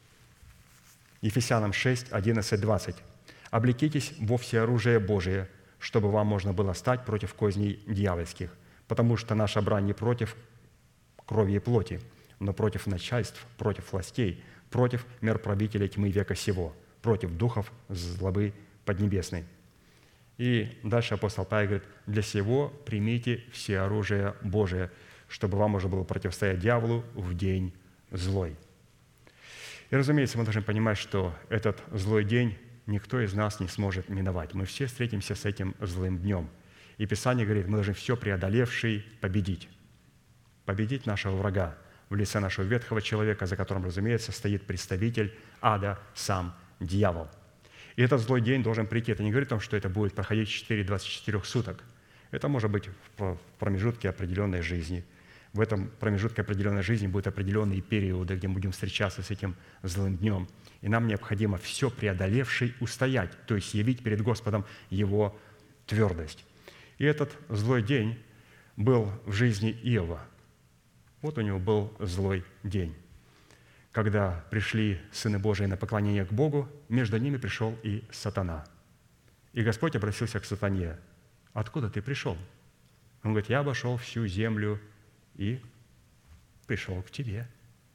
[SPEAKER 1] Ефесянам шесть, одиннадцать, двадцать. «Облекитесь во всеоружие Божие, чтобы вам можно было стать против козней дьявольских, потому что наша брань не против крови и плоти, но против начальств, против властей, против мирправителей тьмы века сего, против духов злобы поднебесной». И дальше апостол Павел говорит: «Для сего примите все оружие Божие, чтобы вам можно было противостоять дьяволу в день злой». И, разумеется, мы должны понимать, что этот злой день никто из нас не сможет миновать. Мы все встретимся с этим злым днем. И Писание говорит, мы должны все преодолевший победить. Победить нашего врага в лице нашего ветхого человека, за которым, разумеется, стоит представитель ада, сам дьявол. И этот злой день должен прийти. Это не говорит о том, что это будет проходить в течение двадцати четырёх суток. Это может быть в промежутке определенной жизни. В этом промежутке определенной жизни будут определенные периоды, где мы будем встречаться с этим злым днем. И нам необходимо все преодолевший устоять, то есть явить перед Господом Его твердость. И этот злой день был в жизни Иова. Вот у него был злой день. Когда пришли сыны Божии на поклонение к Богу, между ними пришел и сатана. И Господь обратился к сатане: «Откуда ты пришел?» Он говорит: «Я обошел всю землю и пришел к тебе.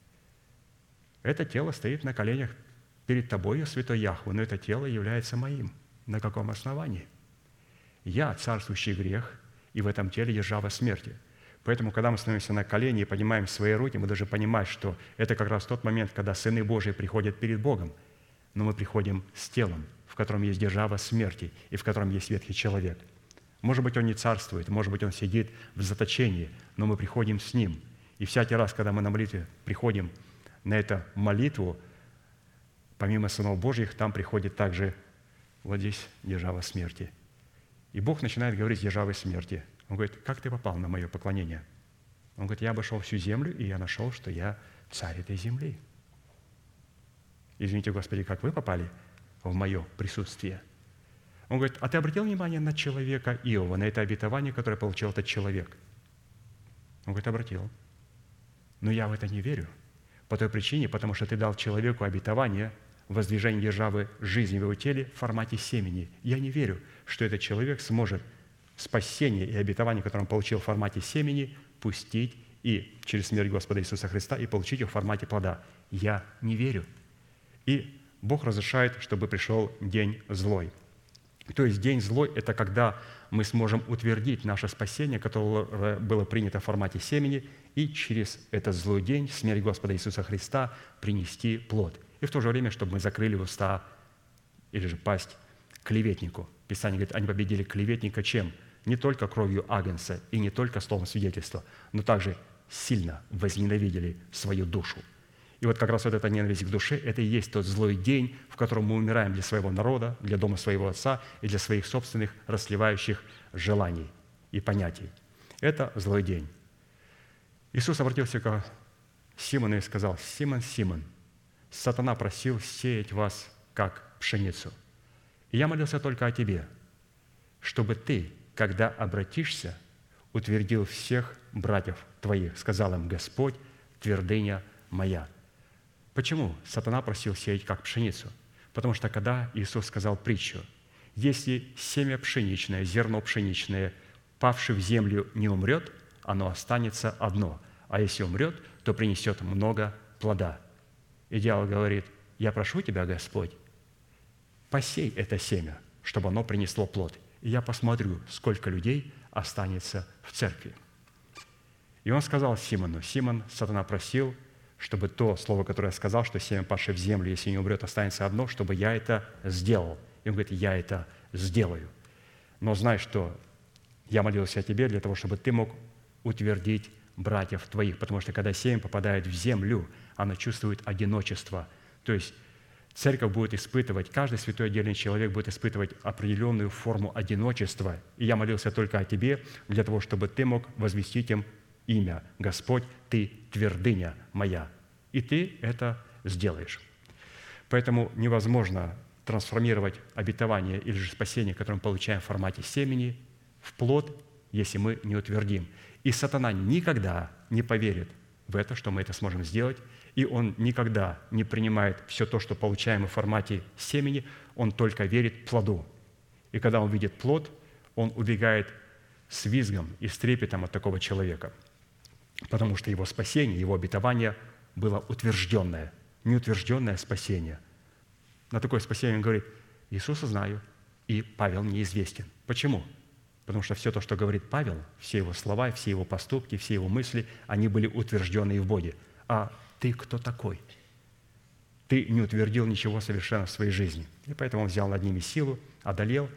[SPEAKER 1] Это тело стоит на коленях перед тобою, святой Яхве, но это тело является моим. На каком основании? Я царствующий грех, и в этом теле держава смерти». Поэтому, когда мы становимся на колени и поднимаем свои руки, мы должны понимать, что это как раз тот момент, когда сыны Божии приходят перед Богом, но мы приходим с телом, в котором есть держава смерти и в котором есть ветхий человек. Может быть, он не царствует, может быть, он сидит в заточении, но мы приходим с ним. И всякий раз, когда мы на молитве приходим на эту молитву, помимо сынов Божьих, там приходит также вот здесь держава смерти. И Бог начинает говорить с державой смерти. Он говорит: «Как ты попал на мое поклонение?» Он говорит: «Я обошел всю землю, и я нашел, что я царь этой земли». Извините, Господи, как вы попали в мое присутствие? Он говорит: «А ты обратил внимание на человека Иова, на это обетование, которое получил этот человек?» Он говорит: «Обратил. Но я в это не верю, По той причине, потому что Ты дал человеку обетование воздвижения державы жизни в его теле в формате семени. Я не верю, что этот человек сможет спасение и обетование, которое он получил в формате семени, пустить и через смерть Господа Иисуса Христа и получить их в формате плода. Я не верю. И Бог разрешает, чтобы пришел день злой. То есть день злой – это когда мы сможем утвердить наше спасение, которое было принято в формате семени, и через этот злой день, смерть Господа Иисуса Христа, принести плод. И в то же время, чтобы мы закрыли уста или же пасть клеветнику. Писание говорит, они победили клеветника чем? Не только кровью агнца и не только словом свидетельства, но также сильно возненавидели свою душу. И вот как раз вот эта ненависть к душе – это и есть тот злой день, в котором мы умираем для своего народа, для дома своего отца и для своих собственных расливающих желаний и понятий. Это злой день. Иисус обратился к Симону и сказал: «Симон, Симон, сатана просил сеять вас, как пшеницу. И я молился только о тебе, чтобы ты, когда обратишься, утвердил всех братьев твоих, сказал им Господь, твердыня моя». Почему сатана просил сеять как пшеницу? Потому что когда Иисус сказал притчу, если семя пшеничное, зерно пшеничное, павшее в землю, не умрет, оно останется одно, а если умрет, то принесет много плода. И дьявол говорит: я прошу тебя, Господь, посей это семя, чтобы оно принесло плод. И я посмотрю, сколько людей останется в церкви. И он сказал Симону: Симон, сатана просил, чтобы то слово, которое я сказал, что семя, павшее в землю, если не умрет, останется одно, чтобы я это сделал. И он говорит: я это сделаю. Но знай, что я молился о тебе для того, чтобы ты мог утвердить братьев твоих, потому что когда семя попадает в землю, оно чувствует одиночество. То есть церковь будет испытывать, каждый святой отдельный человек будет испытывать определенную форму одиночества. И я молился только о тебе для того, чтобы ты мог возвестить им имя: Господь, ты твердыня моя. И ты это сделаешь. Поэтому невозможно трансформировать обетование или же спасение, которое мы получаем в формате семени, в плод, если мы не утвердим. И сатана никогда не поверит в это, что мы это сможем сделать, и он никогда не принимает все то, что получаем в формате семени, он только верит плоду. И когда он видит плод, он убегает с визгом и с трепетом от такого человека, потому что его спасение, его обетование было утвержденное, неутвержденное спасение. На такое спасение он говорит: Иисуса знаю, и Павел мне известен. Почему? Потому что все то, что говорит Павел, все его слова, все его поступки, все его мысли, они были утверждены в Боге. А ты кто такой? Ты не утвердил ничего совершенно в своей жизни. И поэтому он взял над ними силу, одолел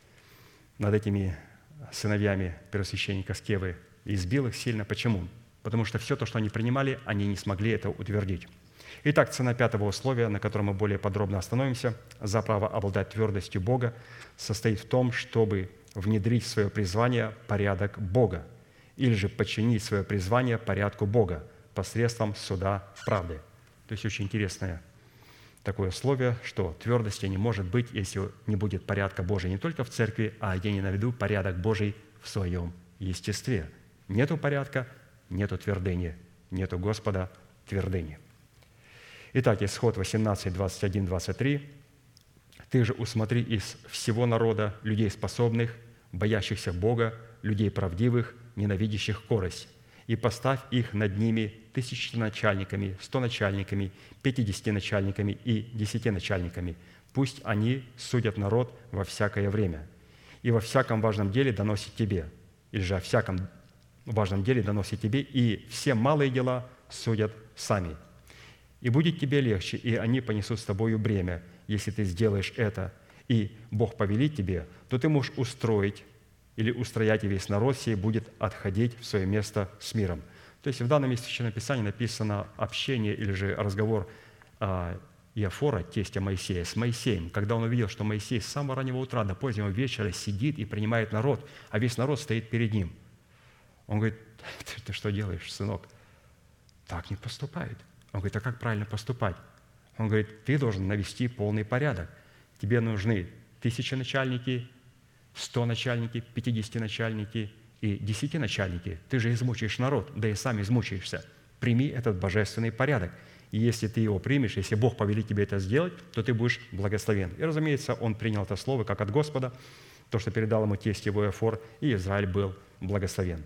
[SPEAKER 1] над этими сыновьями первосвященника Скевы и избил их сильно. Почему? Потому что все то, что они принимали, они не смогли это утвердить. Итак, цена пятого условия, на котором мы более подробно остановимся, за право обладать твердостью Бога, состоит в том, чтобы внедрить в свое призвание порядок Бога или же подчинить свое призвание порядку Бога посредством суда правды. То есть очень интересное такое условие, что твердости не может быть, если не будет порядка Божия не только в церкви, а я не наведу порядок Божий в своем естестве. Нету порядка, нету твердыни, нету Господа твердыни. Итак, Исход восемнадцать, двадцать один, двадцать три. «Ты же усмотри из всего народа людей способных, боящихся Бога, людей правдивых, ненавидящих корость, и поставь их над ними тысяченачальниками, стоначальниками, пятидесятиначальниками и десятиначальниками. Пусть они судят народ во всякое время, и во всяком важном деле доносят тебе, или же о всяком важном деле доносят тебе, и все малые дела судят сами. И будет тебе легче, и они понесут с тобою бремя, если ты сделаешь это, и Бог повелит тебе, то ты можешь устроить или устроять, и весь народ сей будет отходить в свое место с миром». То есть в данном месте Священного Писания написано общение или же разговор а, Иофора, тестя Моисея, с Моисеем, когда он увидел, что Моисей с самого раннего утра до позднего вечера сидит и принимает народ, а весь народ стоит перед ним. Он говорит: ты, ты что делаешь, сынок? Так не поступает. Он говорит: а как правильно поступать? Он говорит: ты должен навести полный порядок. Тебе нужны тысяченачальники, стоначальники, пятидесятиначальники и десятиначальники. Ты же измучаешь народ, да и сам измучаешься. Прими этот божественный порядок. и если ты его примешь, если Бог повелит тебе это сделать, то ты будешь благословен». И, разумеется, он принял это слово как от Господа, то, что передал ему тесть его Иофор, и Израиль был благословен.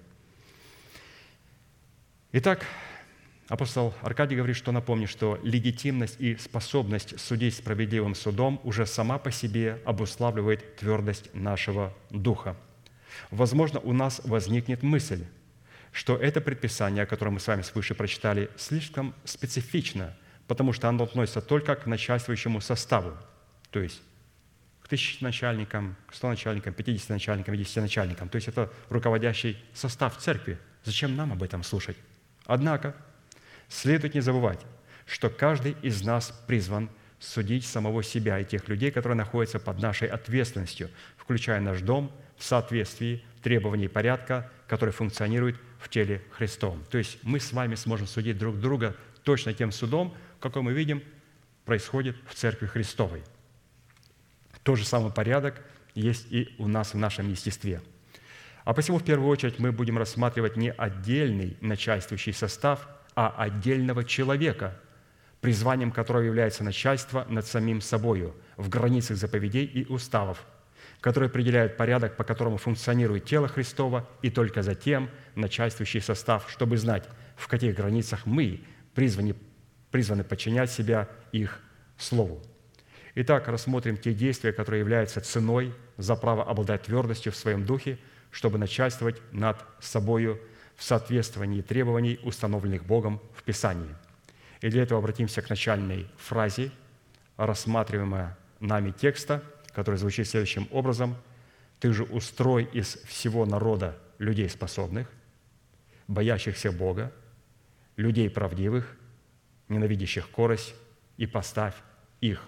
[SPEAKER 1] Итак, апостол Аркадий говорит, что напомни, что легитимность и способность судить справедливым судом уже сама по себе обуславливает твердость нашего духа. Возможно, у нас возникнет мысль, что это предписание, которое мы с вами свыше прочитали, слишком специфично, потому что оно относится только к начальствующему составу, то есть к тысячи начальникам, к ста начальникам, пятидесяти начальникам, десяти начальникам. То есть это руководящий состав церкви. Зачем нам об этом слушать? Однако следует не забывать, что каждый из нас призван судить самого себя и тех людей, которые находятся под нашей ответственностью, включая наш дом, в соответствии требований порядка, который функционирует в теле Христовом. То есть мы с вами сможем судить друг друга точно тем судом, какой мы видим, происходит в Церкви Христовой. Тот же самый порядок есть и у нас в нашем естестве. А посему в первую очередь мы будем рассматривать не отдельный начальствующий состав, а отдельного человека, призванием которого является начальство над самим собою в границах заповедей и уставов, которые определяют порядок, по которому функционирует тело Христово, и только затем начальствующий состав, чтобы знать, в каких границах мы призваны, призваны подчинять себя их слову. Итак, рассмотрим те действия, которые являются ценой за право обладать твердостью в своем духе, чтобы начальствовать над собою в соответствовании требований, установленных Богом в Писании. И для этого обратимся к начальной фразе, рассматриваемой нами текста, который звучит следующим образом: «Ты же устрой из всего народа людей способных, боящихся Бога, людей правдивых, ненавидящих корость, и поставь их».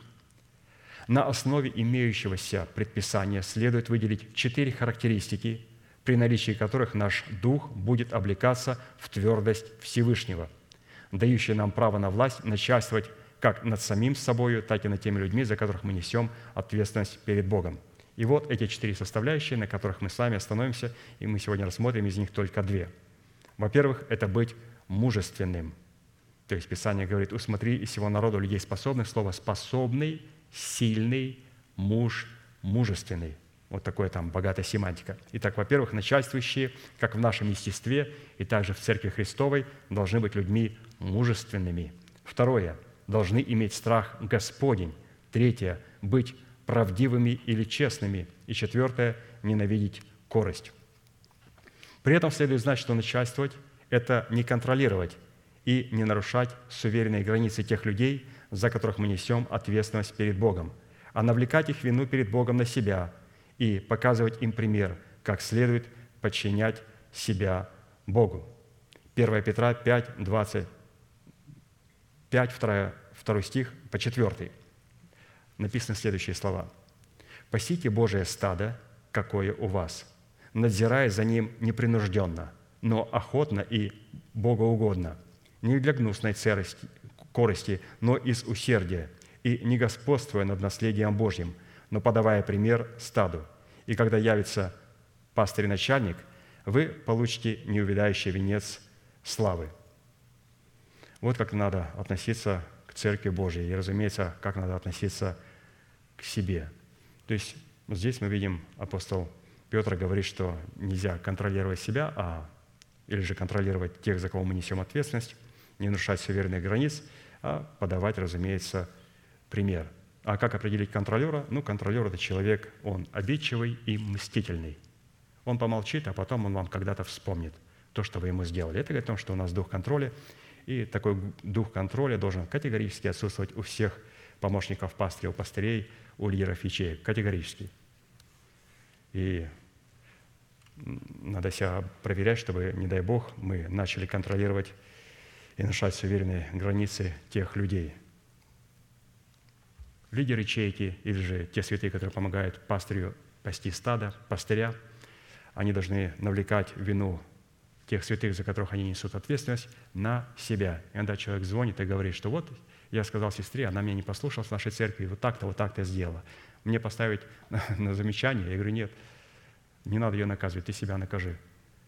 [SPEAKER 1] На основе имеющегося предписания следует выделить четыре характеристики, при наличии которых наш дух будет облекаться в твердость Всевышнего, дающие нам право на власть начальствовать как над самим собою, так и над теми людьми, за которых мы несем ответственность перед Богом. И вот эти четыре составляющие, на которых мы с вами остановимся, и мы сегодня рассмотрим из них только две. Во-первых, это быть мужественным. То есть Писание говорит: «Усмотри из всего народа людей способных». Слово «способный», «сильный», «муж», «мужественный». Вот такая там богатая семантика. Итак, во-первых, начальствующие, как в нашем естестве, и также в Церкви Христовой, должны быть людьми мужественными. Второе, должны иметь страх Господень. Третье, быть правдивыми или честными. И четвертое, ненавидеть корость. При этом следует знать, что начальствовать – это не контролировать и не нарушать суверенные границы тех людей, за которых мы несем ответственность перед Богом, а навлекать их вину перед Богом на себя и показывать им пример, как следует подчинять себя Богу. первое Петра пять, двадцать пять, второй стих по четвёртый. Написаны следующие слова: «Пасите Божие стадо, какое у вас, надзирая за ним непринужденно, но охотно и богоугодно, не для гнусной церости, корости, но из усердия, и не господствуя над наследием Божьим, но подавая пример стаду. И когда явится пастырь-начальник, вы получите неувядающий венец славы». Вот как надо относиться к Церкви Божьей, и, разумеется, как надо относиться к себе. То есть здесь мы видим, апостол Петр говорит, что нельзя контролировать себя, а, или же контролировать тех, за кого мы несем ответственность, не нарушать суверенных границ, а подавать, разумеется, пример. А как определить контролера? Ну, контролер – это человек, он обидчивый и мстительный. Он помолчит, а потом он вам когда-то вспомнит то, что вы ему сделали. Это говорит о том, что у нас дух контроля, и такой дух контроля должен категорически отсутствовать у всех помощников пастыря, у пастырей, у лидеров ячеек. Категорически. И надо себя проверять, чтобы, не дай Бог, мы начали контролировать и нарушать суверенные границы тех людей. Лидеры ячейки или же те святые, которые помогают пастырю пасти стадо, пастыря, они должны навлекать вину тех святых, за которых они несут ответственность, на себя. И когда человек звонит и говорит, что вот я сказал сестре, она меня не послушала в нашей церкви, вот так-то, вот так-то сделала. Мне поставить на, на замечание? Я говорю: нет, не надо ее наказывать, ты себя накажи.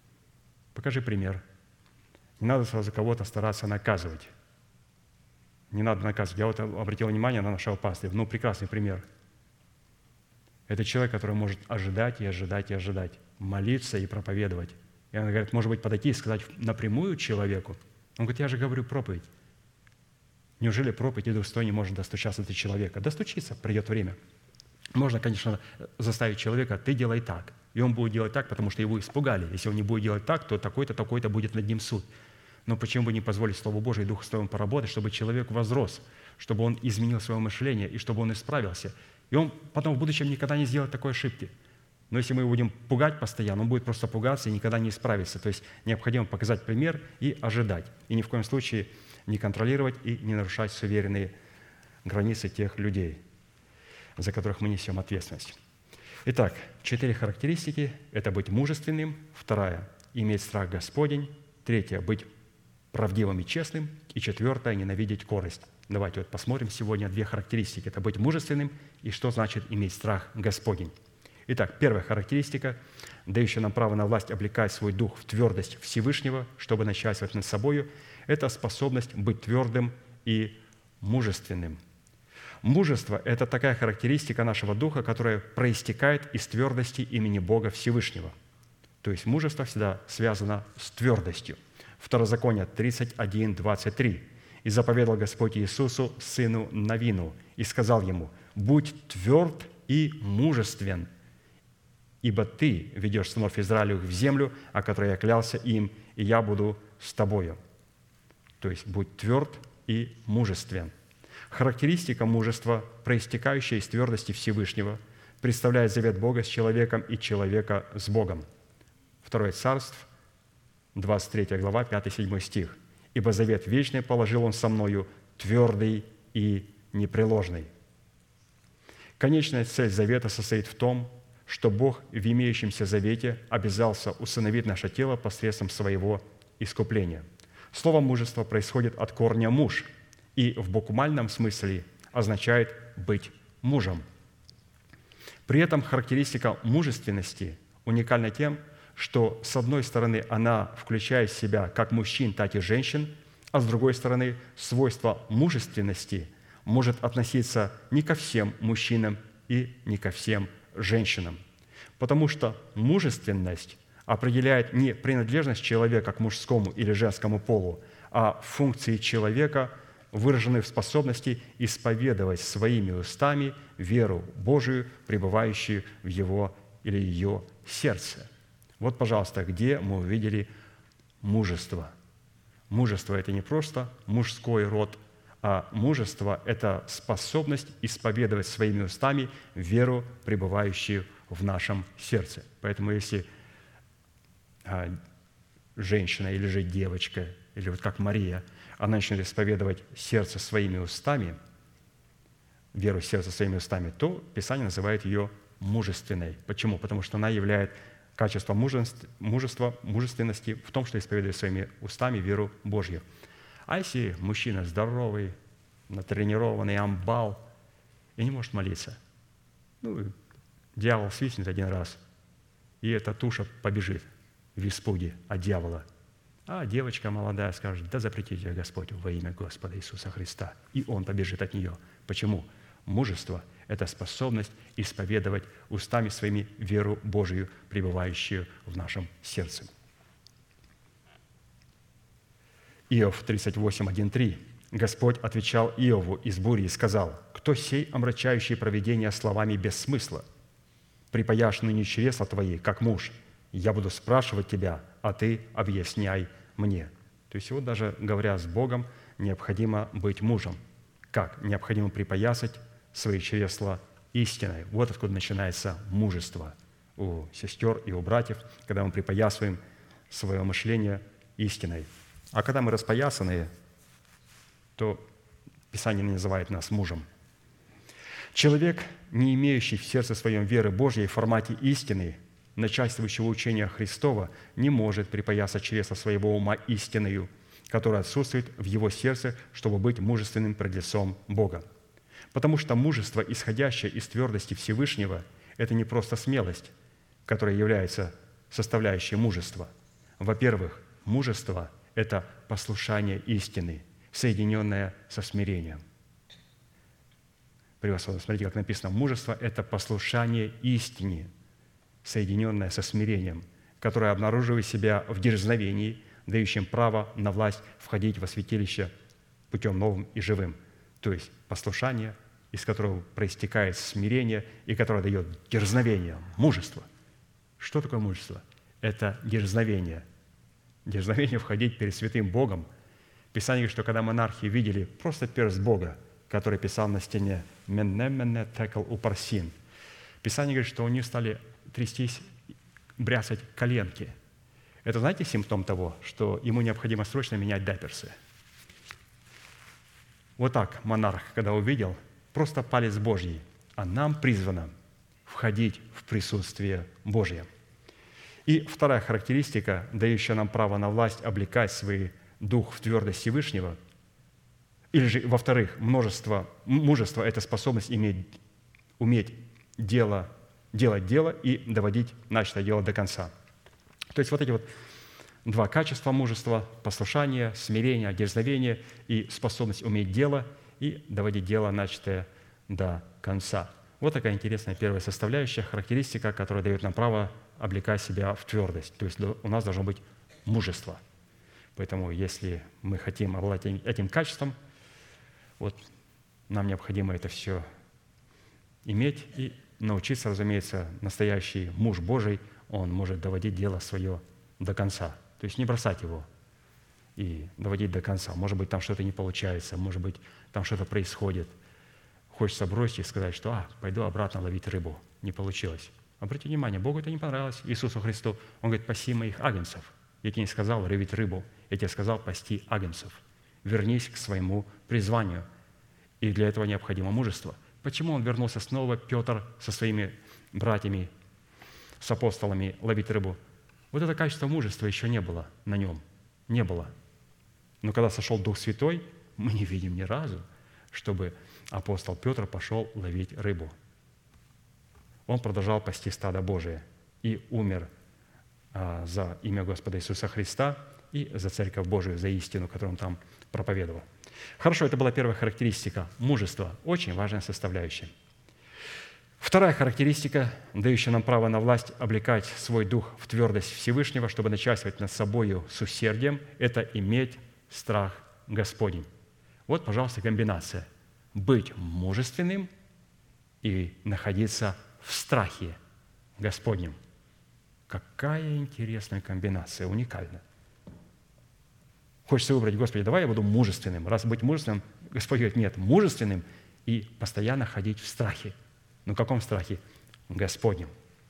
[SPEAKER 1] Покажи пример. Не надо сразу кого-то стараться наказывать. Не надо наказывать. Я вот обратил внимание на нашего пастыря. Ну, прекрасный пример. Это человек, который может ожидать и ожидать и ожидать, молиться и проповедовать. И он говорит, может быть, подойти и сказать напрямую человеку. Он говорит, я же говорю проповедь. Неужели проповедь и Дух Святой не может достучаться до человека? Достучиться, придет время. Можно, конечно, заставить человека, ты делай так. И он будет делать так, потому что его испугали. Если он не будет делать так, то такой-то, такой-то будет над ним суд. Но почему бы не позволить Слову Божию и Духу Святому поработать, чтобы человек возрос, чтобы он изменил свое мышление и чтобы он исправился. И он потом в будущем никогда не сделает такой ошибки. Но если мы его будем пугать постоянно, он будет просто пугаться и никогда не исправится. То есть необходимо показать пример и ожидать. И ни в коем случае не контролировать и не нарушать суверенные границы тех людей, за которых мы несем ответственность. Итак, четыре характеристики – это быть мужественным. Вторая – иметь страх Господень. Третья – быть правдивым и честным. И четвертое – ненавидеть корость. Давайте вот посмотрим сегодня две характеристики. Это быть мужественным и что значит иметь страх Господень. Итак, первая характеристика, дающая нам право на власть облекать свой дух в твердость Всевышнего, чтобы начальствовать над собою, это способность быть твердым и мужественным. Мужество – это такая характеристика нашего духа, которая проистекает из твердости имени Бога Всевышнего. То есть мужество всегда связано с твердостью. Второзаконие тридцать один, двадцать три. «И заповедал Господь Иисусу, сыну Навину, и сказал ему, будь тверд и мужествен, ибо ты ведешь сынов Израилевых в землю, о которой я клялся им, и я буду с тобою». То есть будь тверд и мужествен. Характеристика мужества, проистекающая из твердости Всевышнего, представляет завет Бога с человеком и человека с Богом. Второе Царств, двадцать третья глава, пятый-седьмой стих. «Ибо завет вечный положил он со мною, твердый и непреложный». Конечная цель завета состоит в том, что Бог в имеющемся завете обязался усыновить наше тело посредством своего искупления. Слово «мужество» происходит от корня «муж» и в буквальном смысле означает «быть мужем». При этом характеристика мужественности уникальна тем, что, с одной стороны, она включает в себя как мужчин, так и женщин, а с другой стороны, свойство мужественности может относиться не ко всем мужчинам и не ко всем женщинам. Потому что мужественность определяет не принадлежность человека к мужскому или женскому полу, а функции человека, выраженные в способности исповедовать своими устами веру Божию, пребывающую в его или ее сердце. Вот, пожалуйста, где мы увидели мужество. Мужество – это не просто мужской род, а мужество – это способность исповедовать своими устами веру, пребывающую в нашем сердце. Поэтому если женщина или же девочка, или вот как Мария, она начнет исповедовать сердце своими устами, веру сердца своими устами, то Писание называет ее мужественной. Почему? Потому что она является качество мужества, мужественности в том, что исповедует своими устами веру Божью. А если мужчина здоровый, натренированный, амбал, и не может молиться, ну, дьявол свистнет один раз, и эта туша побежит в испуге от дьявола. А девочка молодая скажет, да запретите ее Господь во имя Господа Иисуса Христа. И он побежит от нее. Почему? Мужество – это способность исповедовать устами своими веру Божию, пребывающую в нашем сердце. Иов тридцать восемь, один, три. «Господь отвечал Иову из бури и сказал, кто сей, омрачающий провидение словами без смысла? Припаяшь ныне чресла твои, как муж. Я буду спрашивать тебя, а ты объясняй мне». То есть вот даже говоря с Богом, необходимо быть мужем. Как? Необходимо припоясать свои чресла истиной. Вот откуда начинается мужество у сестер и у братьев, когда мы припоясываем свое мышление истиной. А когда мы распоясанные, то Писание называет нас мужем. Человек, не имеющий в сердце своем веры Божьей в формате истины, начальствующего учения Христова, не может припоясать чресла своего ума истиною, которая отсутствует в его сердце, чтобы быть мужественным пред лицом Бога. Потому что мужество, исходящее из твердости Всевышнего, это не просто смелость, которая является составляющей мужества. Во-первых, мужество – это послушание истины, соединенное со смирением. Превосходно. Смотрите, как написано, мужество – это послушание истине, соединенное со смирением, которое обнаруживает себя в дерзновении, дающем право на власть входить во святилище путем новым и живым. То есть послушание, из которого проистекает смирение и которое дает дерзновение, мужество. Что такое мужество? Это дерзновение. Дерзновение входить перед святым Богом. Писание говорит, что когда монархи видели просто перст Бога, который писал на стене «Менне, менне, текл упарсин», Писание говорит, что у них стали трястись, бряцать коленки. Это, знаете, симптом того, что ему необходимо срочно менять дайперсы. Вот так монарх, когда увидел, просто палец Божий, а нам призвано входить в присутствие Божье. И вторая характеристика, дающая нам право на власть облекать свой дух в твердость Всевышнего, или же, во-вторых, множество, мужество – это способность иметь, уметь дело, делать дело и доводить начатое дело до конца. То есть вот эти вот два качества мужества – послушание, смирение, дерзновение и способность уметь дело и доводить дело начатое до конца. Вот такая интересная первая составляющая, характеристика, которая дает нам право облекать себя в твердость. То есть у нас должно быть мужество. Поэтому если мы хотим обладать этим качеством, вот нам необходимо это все иметь и научиться, разумеется, настоящий муж Божий, он может доводить дело свое до конца. То есть не бросать его и доводить до конца. Может быть, там что-то не получается, может быть, там что-то происходит. Хочется бросить и сказать, что «а, пойду обратно ловить рыбу». Не получилось. Обратите внимание, Богу это не понравилось, Иисусу Христу. Он говорит, паси моих агнцев. Я тебе не сказал ловить рыбу, я тебе сказал пасти агнцев. Вернись к своему призванию. И для этого необходимо мужество. Почему он вернулся снова, Петр, со своими братьями, с апостолами ловить рыбу? Вот это качество мужества еще не было на нем. Не было. Но когда сошел Дух Святой, мы не видим ни разу, чтобы апостол Петр пошел ловить рыбу. Он продолжал пасти стадо Божие и умер а, за имя Господа Иисуса Христа и за Церковь Божию, за истину, которую он там проповедовал. Хорошо, это была первая характеристика. Мужество – очень важная составляющая. Вторая характеристика, дающая нам право на власть облекать свой дух в твердость Всевышнего, чтобы начальствовать над собою с усердием, это иметь страх Господень. Вот, пожалуйста, комбинация. Быть мужественным и находиться в страхе Господнем. Какая интересная комбинация, уникальна. Хочется выбрать, Господи, давай я буду мужественным. Раз быть мужественным, Господь говорит, нет, мужественным и постоянно ходить в страхе. Ну, в каком страхе? Господнем.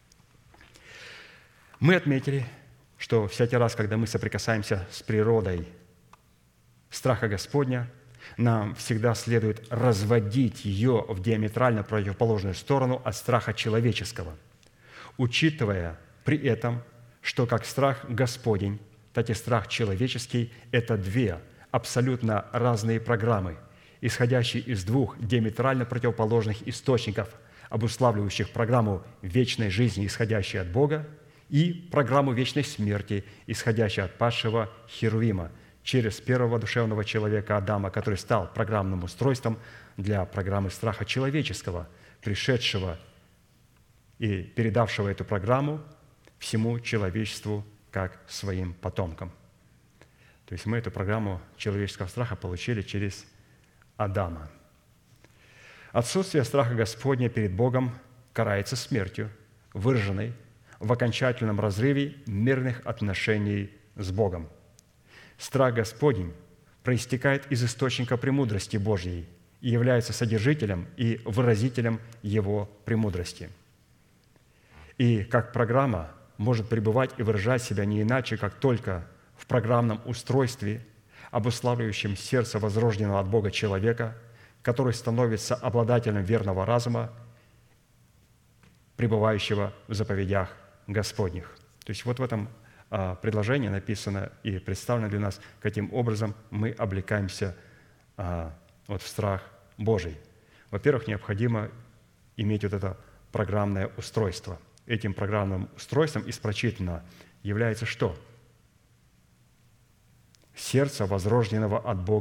[SPEAKER 1] Мы отметили, что всякий раз, когда мы соприкасаемся с природой страха Господня, нам всегда следует разводить ее в диаметрально противоположную сторону от страха человеческого, учитывая при этом, что как страх Господень, так и страх человеческий – это две абсолютно разные программы, исходящие из двух диаметрально противоположных источников, обуславливающих программу вечной жизни, исходящей от Бога, и программу вечной смерти, исходящей от падшего Херувима, через первого душевного человека Адама, который стал программным устройством для программы страха человеческого, пришедшего и передавшего эту программу всему человечеству как своим потомкам. То есть мы эту программу человеческого страха получили через Адама. Отсутствие страха Господня перед Богом карается смертью, выраженной в окончательном разрыве мирных отношений с Богом. Страх Господень проистекает из источника премудрости Божьей и является содержителем и выразителем Его премудрости. И как программа может пребывать и выражать себя не иначе, как только в программном устройстве, обуславливающем сердце возрожденного от Бога человека, который становится обладателем верного разума, пребывающего в заповедях Господних. То есть вот в этом а, предложении написано и представлено для нас, каким образом мы облекаемся а, вот в страх Божий. Во-первых, необходимо иметь вот это программное устройство. Этим программным устройством из прочитанного является что? Сердце возрожденного от Бога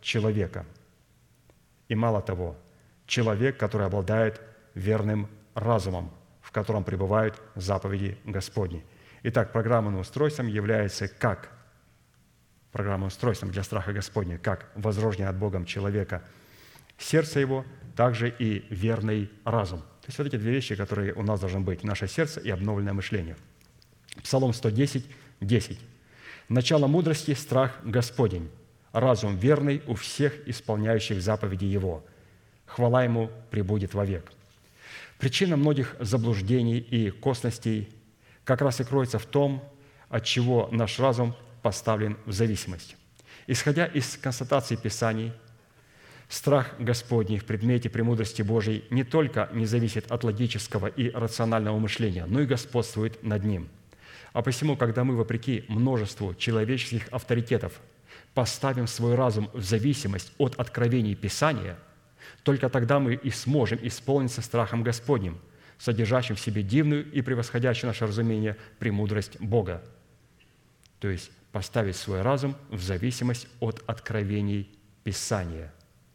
[SPEAKER 1] человека. И мало того, человек, который обладает верным разумом, в котором пребывают заповеди Господни. Итак, программным устройством является как программным устройством для страха Господня, как возрождение от Богом человека, сердце его, также и верный разум. То есть вот эти две вещи, которые у нас должны быть: наше сердце и обновленное мышление. Псалом сто десять, десять. «Начало мудрости – страх Господень, разум верный у всех исполняющих заповеди Его. Хвала Ему пребудет вовек». Причина многих заблуждений и косностей как раз и кроется в том, от чего наш разум поставлен в зависимость. Исходя из констатаций Писаний, страх Господний в предмете премудрости Божией не только не зависит от логического и рационального мышления, но и господствует над ним. А посему, когда мы, вопреки множеству человеческих авторитетов, поставим свой разум в зависимость от откровений Писания, только тогда мы и сможем исполниться страхом Господним, содержащим в себе дивную и превосходящую наше разумение премудрость Бога. То есть поставить свой разум в зависимость от откровений Писания.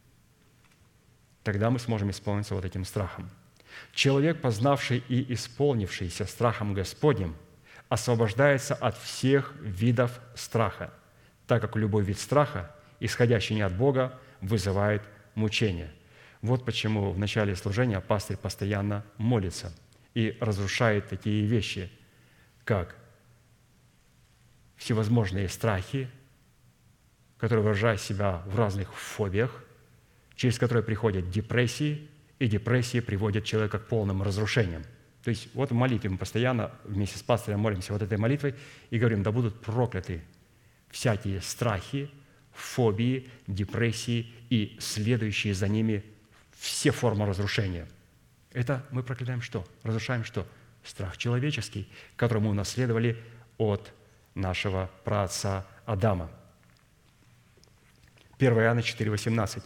[SPEAKER 1] Тогда мы сможем исполниться вот этим страхом. Человек, познавший и исполнившийся страхом Господним, освобождается от всех видов страха, так как любой вид страха, исходящий не от Бога, вызывает мучение. Вот почему в начале служения пастырь постоянно молится и разрушает такие вещи, как всевозможные страхи, которые выражают себя в разных фобиях, через которые приходят депрессии, и депрессии приводят человека к полным разрушениям. То есть вот в молитве мы постоянно вместе с пастырем молимся вот этой молитвой и говорим: да будут прокляты всякие страхи, фобии, депрессии и следующие за ними все формы разрушения. Это мы проклядаем что? Разрушаем что? Страх человеческий, который мы унаследовали от нашего праотца Адама. первое Иоанна четыре, восемнадцать.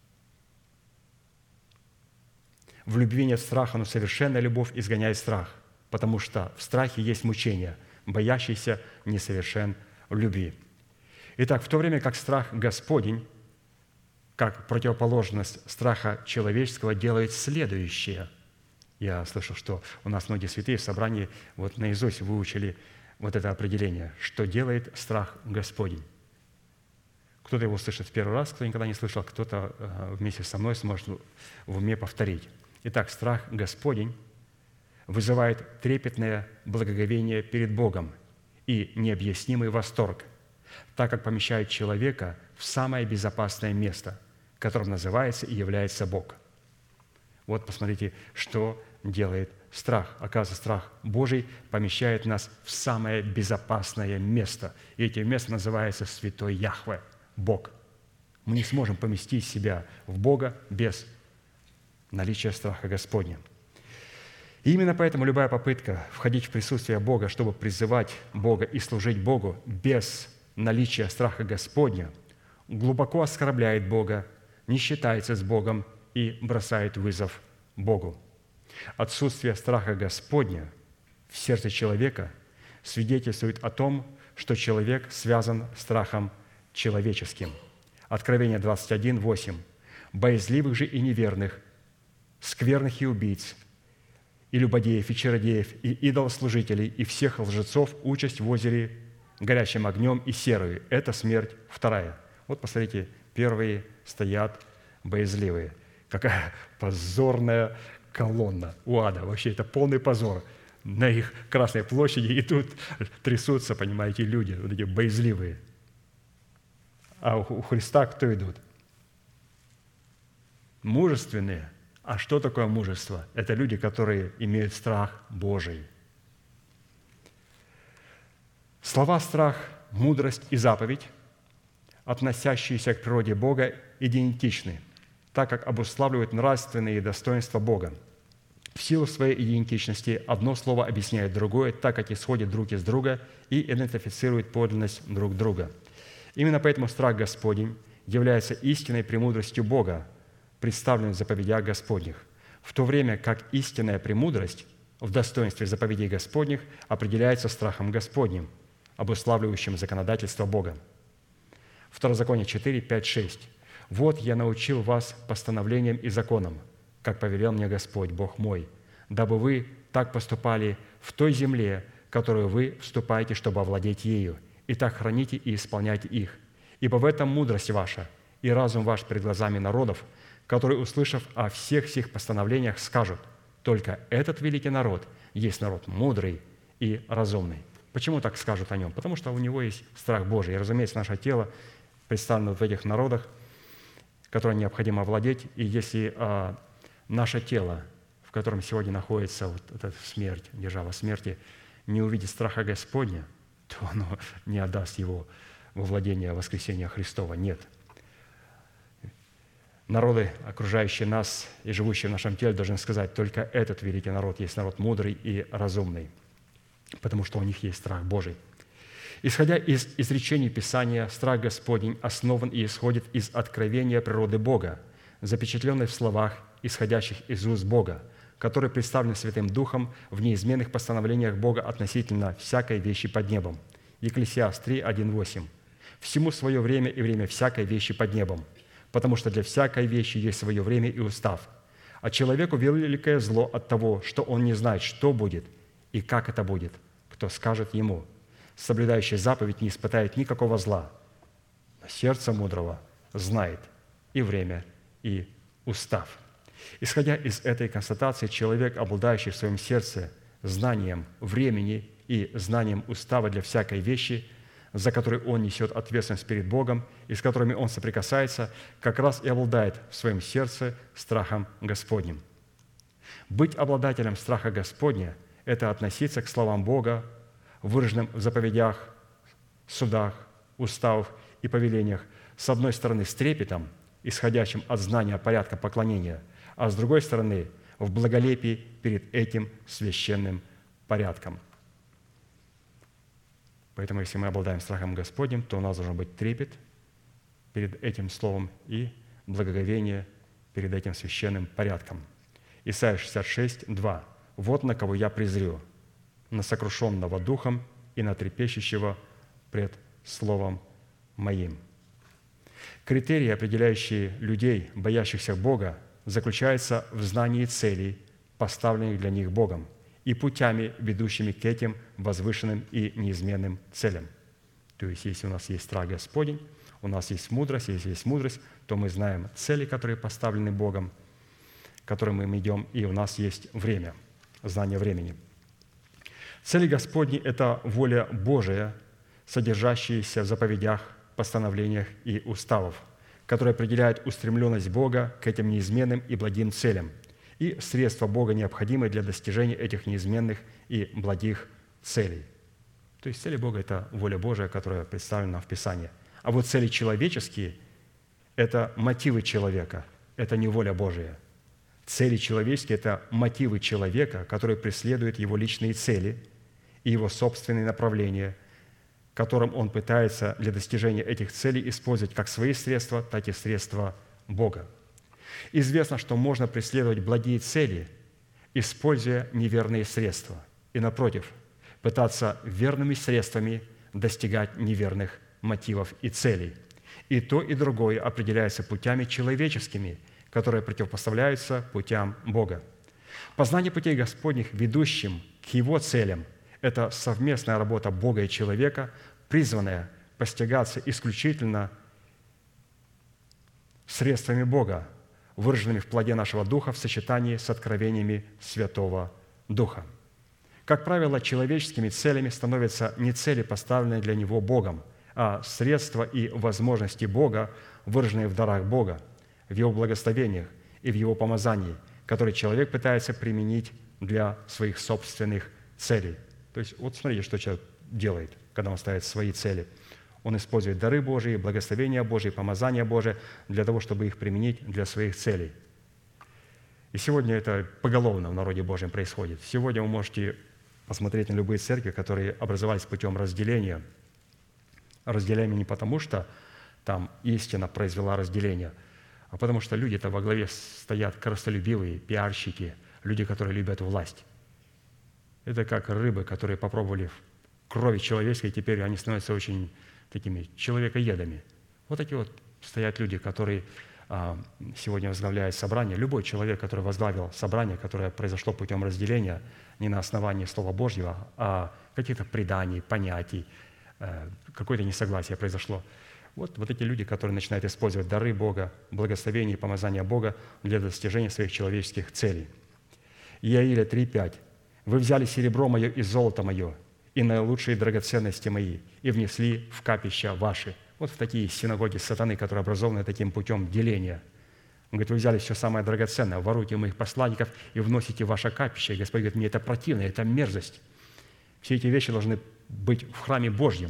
[SPEAKER 1] «В любви нет страха, но совершенная любовь изгоняет страх, потому что в страхе есть мучение, боящийся несовершен в любви». Итак, в то время как страх Господень, как противоположность страха человеческого, делает следующее. Я слышал, что у нас многие святые в собрании вот наизусть выучили вот это определение, что делает страх Господень. Кто-то его слышит в первый раз, кто никогда не слышал, кто-то вместе со мной сможет в уме повторить. Итак, страх Господень вызывает трепетное благоговение перед Богом и необъяснимый восторг, так как помещает человека в самое безопасное место, которым называется и является Бог. Вот посмотрите, что делает страх. Оказывается, страх Божий помещает нас в самое безопасное место. И это место называется Святой Яхве, Бог. Мы не сможем поместить себя в Бога без наличия страха Господня. И именно поэтому любая попытка входить в присутствие Бога, чтобы призывать Бога и служить Богу без наличия страха Господня, глубоко оскорбляет Бога, не считается с Богом и бросает вызов Богу. Отсутствие страха Господня в сердце человека свидетельствует о том, что человек связан страхом человеческим. Откровение двадцать один, восемь. «Боязливых же и неверных, скверных и убийц, и любодеев, и чародеев, и идолослужителей, и всех лжецов участь в озере горящим огнем и серою. Это смерть вторая». Вот посмотрите, первые стоят боязливые. Какая позорная колонна у ада. Вообще это полный позор. На их Красной площади и тут трясутся, понимаете, люди, вот эти боязливые. А у Христа кто идут? Мужественные. А что такое мужество? Это люди, которые имеют страх Божий. Слова «страх», «мудрость» и «заповедь», относящиеся к природе Бога, идентичны, так как обуславливают нравственные достоинства Бога. В силу своей идентичности одно слово объясняет другое, так как исходит друг из друга и идентифицирует подлинность друг друга. Именно поэтому страх Господень является истинной премудростью Бога, представленной в заповедях Господних, в то время как истинная премудрость в достоинстве заповедей Господних определяется страхом Господним, обуславливающим законодательство Бога. Второзаконие четыре, пять, шесть. Вот я научил вас постановлениям и законам, как повелел мне Господь, Бог мой, дабы вы так поступали в той земле, которую вы вступаете, чтобы овладеть ею, и так храните и исполняйте их. Ибо в этом мудрость ваша и разум ваш пред глазами народов, которые, услышав о всех сих постановлениях, скажут: только этот великий народ есть народ мудрый и разумный». Почему так скажут о нем? Потому что у него есть страх Божий. И, разумеется, наше тело представлено в этих народах, которые необходимо овладеть. И если а, наше тело, в котором сегодня находится вот эта смерть, держава смерти, не увидит страха Господня, то оно не отдаст его во владение воскресения Христова. Нет. Народы, окружающие нас и живущие в нашем теле, должны сказать: только этот великий народ есть народ мудрый и разумный, потому что у них есть страх Божий. Исходя из изречений Писания, страх Господень основан и исходит из откровения природы Бога, запечатленной в словах, исходящих из уст Бога, который представлен Святым Духом в неизменных постановлениях Бога относительно всякой вещи под небом. Екклесиаст три, один, восемь. «Всему свое время и время всякой вещи под небом, потому что для всякой вещи есть свое время и устав. А человеку великое зло от того, что он не знает, что будет и как это будет. Кто скажет ему: соблюдающий заповедь не испытает никакого зла, но сердце мудрого знает и время, и устав». Исходя из этой констатации, человек, обладающий в своем сердце знанием времени и знанием устава для всякой вещи, за которой он несет ответственность перед Богом и с которыми он соприкасается, как раз и обладает в своем сердце страхом Господним. Быть обладателем страха Господня – это относиться к словам Бога, выраженным в заповедях, судах, уставах и повелениях, с одной стороны, с трепетом, исходящим от знания порядка поклонения, а с другой стороны, в благолепии перед этим священным порядком. Поэтому, если мы обладаем страхом Господним, то у нас должен быть трепет перед этим словом и благоговение перед этим священным порядком. Исайя шестьдесят шесть, два. «Вот на кого я презрю, на сокрушенного духом и на трепещущего пред словом моим». Критерии, определяющие людей, боящихся Бога, заключаются в знании целей, поставленных для них Богом, и путями, ведущими к этим возвышенным и неизменным целям. То есть, если у нас есть страх Господень, у нас есть мудрость, если есть мудрость, то мы знаем цели, которые поставлены Богом, к которым мы идем, и у нас есть время, знание времени. Цели Господни – это воля Божия, содержащаяся в заповедях, постановлениях и уставов, которые определяют устремленность Бога к этим неизменным и благим целям, и средства Бога, необходимые для достижения этих неизменных и благих целей. То есть цели Бога – это воля Божия, которая представлена в Писании. А вот цели человеческие – это мотивы человека, это не воля Божия. Цели человеческие – это мотивы человека, которые преследуют его личные цели и его собственные направления, которым он пытается для достижения этих целей использовать как свои средства, так и средства Бога. Известно, что можно преследовать благие цели, используя неверные средства, и, напротив, пытаться верными средствами достигать неверных мотивов и целей. И то, и другое определяется путями человеческими, которые противопоставляются путям Бога. Познание путей Господних, ведущим к Его целям, это совместная работа Бога и человека, призванная постигаться исключительно средствами Бога, выраженными в плоде нашего Духа в сочетании с откровениями Святого Духа. Как правило, человеческими целями становятся не цели, поставленные для него Богом, а средства и возможности Бога, выраженные в дарах Бога, в Его благословениях и в Его помазании, которые человек пытается применить для своих собственных целей. То есть вот смотрите, что человек делает, когда он ставит свои цели. Он использует дары Божии, благословения Божии, помазания Божие для того, чтобы их применить для своих целей. И сегодня это поголовно в народе Божьем происходит. Сегодня вы можете посмотреть на любые церкви, которые образовались путем разделения. Разделяемые не потому, что там истина произвела разделение, а потому что люди-то во главе стоят корыстолюбивые, пиарщики, люди, которые любят власть. Это как рыбы, которые попробовали крови человеческой, и теперь они становятся очень такими человекоедами. Вот такие вот стоят люди, которые а, сегодня возглавляют собрание. Любой человек, который возглавил собрание, которое произошло путем разделения не на основании Слова Божьего, а каких-то преданий, понятий, э, какое-то несогласие произошло. Вот, вот эти люди, которые начинают использовать дары Бога, благословение и помазание Бога для достижения своих человеческих целей. Иаиля три пять. «Вы взяли серебро мое и золото мое, и наилучшие драгоценности мои, и внесли в капища ваши». Вот в такие синагоги сатаны, которые образованы таким путем деления. Он говорит, вы взяли все самое драгоценное, воруйте моих посланников и вносите в ваше капище. И Господь говорит, мне это противно, это мерзость. Все эти вещи должны быть в храме Божьем.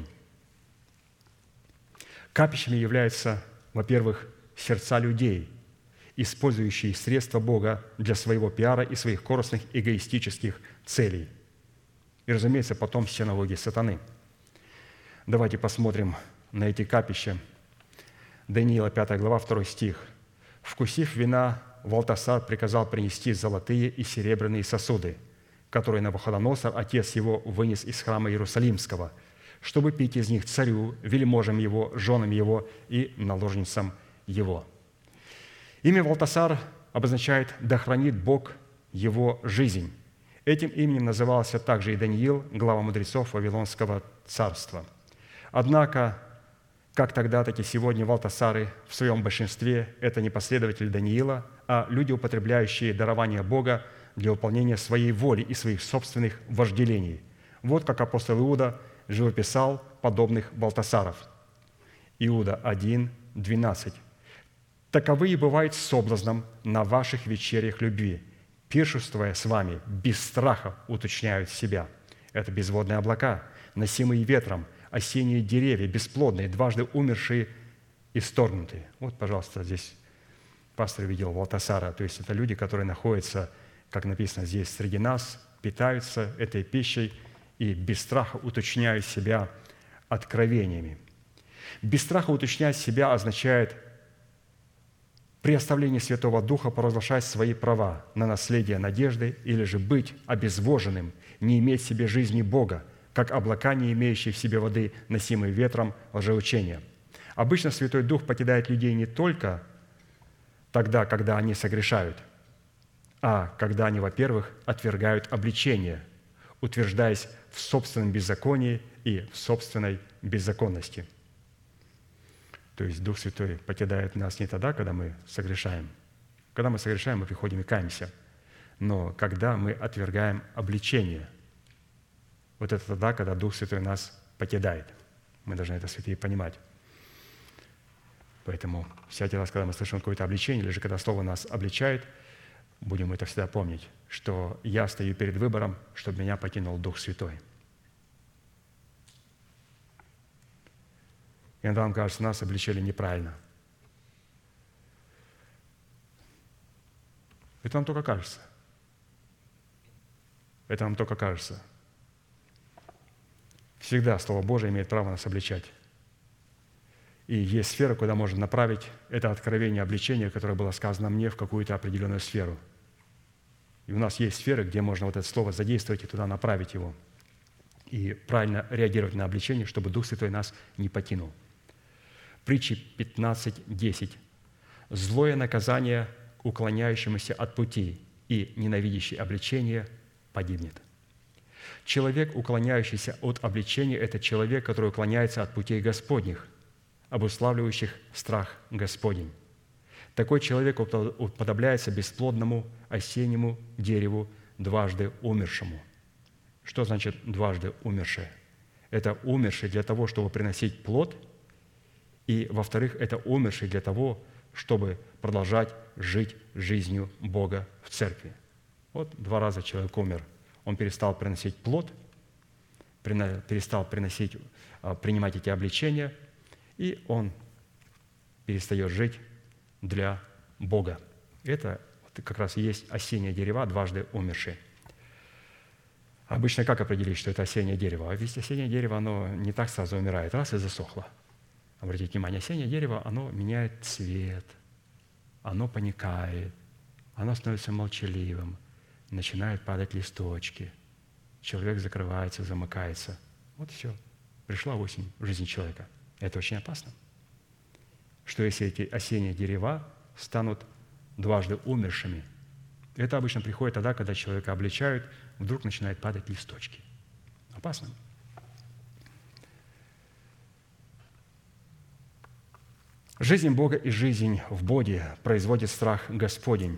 [SPEAKER 1] Капищами являются, во-первых, сердца людей, использующие средства Бога для своего пиара и своих корыстных эгоистических целей. И, разумеется, потом синагоги сатаны. Давайте посмотрим на эти капища. Даниила, пятая глава, второй стих. «Вкусив вина, Валтасар приказал принести золотые и серебряные сосуды, которые Навуходоносор, отец его, вынес из храма Иерусалимского, чтобы пить из них царю, вельможам его, женам его и наложницам его». Имя Валтасар обозначает «да хранит Бог его жизнь». Этим именем назывался также и Даниил, глава мудрецов Вавилонского царства. Однако, как тогда, так и сегодня Валтасары в своем большинстве – это не последователи Даниила, а люди, употребляющие дарование Бога для выполнения своей воли и своих собственных вожделений. Вот как апостол Иуда живописал подобных Валтасаров. Иуда один, двенадцать. «Таковые бывают соблазном на ваших вечерях любви, пиршествуя с вами, без страха уточняют себя». Это безводные облака, носимые ветром, осенние деревья, бесплодные, дважды умершие, исторгнутые. Вот, пожалуйста, здесь пастор видел Валтасара. То есть это люди, которые находятся, как написано здесь, среди нас, питаются этой пищей и без страха уточняют себя откровениями. Без страха уточнять себя означает при оставлении Святого Духа провозглашать свои права на наследие надежды или же быть обезвоженным, не иметь в себе жизни Бога, как облака, не имеющие в себе воды, носимые ветром лжеучения. Обычно Святой Дух покидает людей не только тогда, когда они согрешают, а когда они, во-первых, отвергают обличение, утверждаясь в собственном беззаконии и в собственной беззаконности. То есть Дух Святой покидает нас не тогда, когда мы согрешаем. Когда мы согрешаем, мы приходим и каемся. Но когда мы отвергаем обличение, вот это тогда, когда Дух Святой нас покидает. Мы должны это, святые, понимать. Поэтому всякий раз, когда мы слышим какое-то обличение, или же когда Слово нас обличает, будем это всегда помнить, что я стою перед выбором, чтобы меня покинул Дух Святой. Иногда нам кажется, нас обличили неправильно. Это нам только кажется. Это нам только кажется. Всегда Слово Божие имеет право нас обличать. И есть сфера, куда можно направить это откровение, обличение, которое было сказано мне, в какую-то определенную сферу. И у нас есть сферы, где можно вот это слово задействовать и туда направить его. И правильно реагировать на обличение, чтобы Дух Святой нас не покинул. Притчи пятнадцать десять. «Злое наказание уклоняющемуся от пути и ненавидящий обличение погибнет». Человек, уклоняющийся от обличения, это человек, который уклоняется от путей Господних, обуславливающих страх Господень. Такой человек уподобляется бесплодному осеннему дереву, дважды умершему. Что значит дважды умершее? Это умерший для того, чтобы приносить плод, и, во-вторых, это умерший для того, чтобы продолжать жить жизнью Бога в церкви. Вот два раза человек умер. Он перестал приносить плод, перестал приносить, принимать эти обличения, и он перестает жить для Бога. Это как раз и есть осенние дерева, дважды умершие. Обычно как определить, что это осеннее дерево? А ведь осеннее дерево, оно не так сразу умирает, раз и засохло. Обратите внимание, осеннее дерево, оно меняет цвет, оно паникает, оно становится молчаливым, начинают падать листочки, человек закрывается, замыкается. Вот все. Пришла осень в жизни человека. Это очень опасно. что если эти осенние дерева станут дважды умершими, это обычно приходит тогда, когда человека обличают, вдруг начинают падать листочки. Опасно. Жизнь Бога и жизнь в Боге производит страх Господень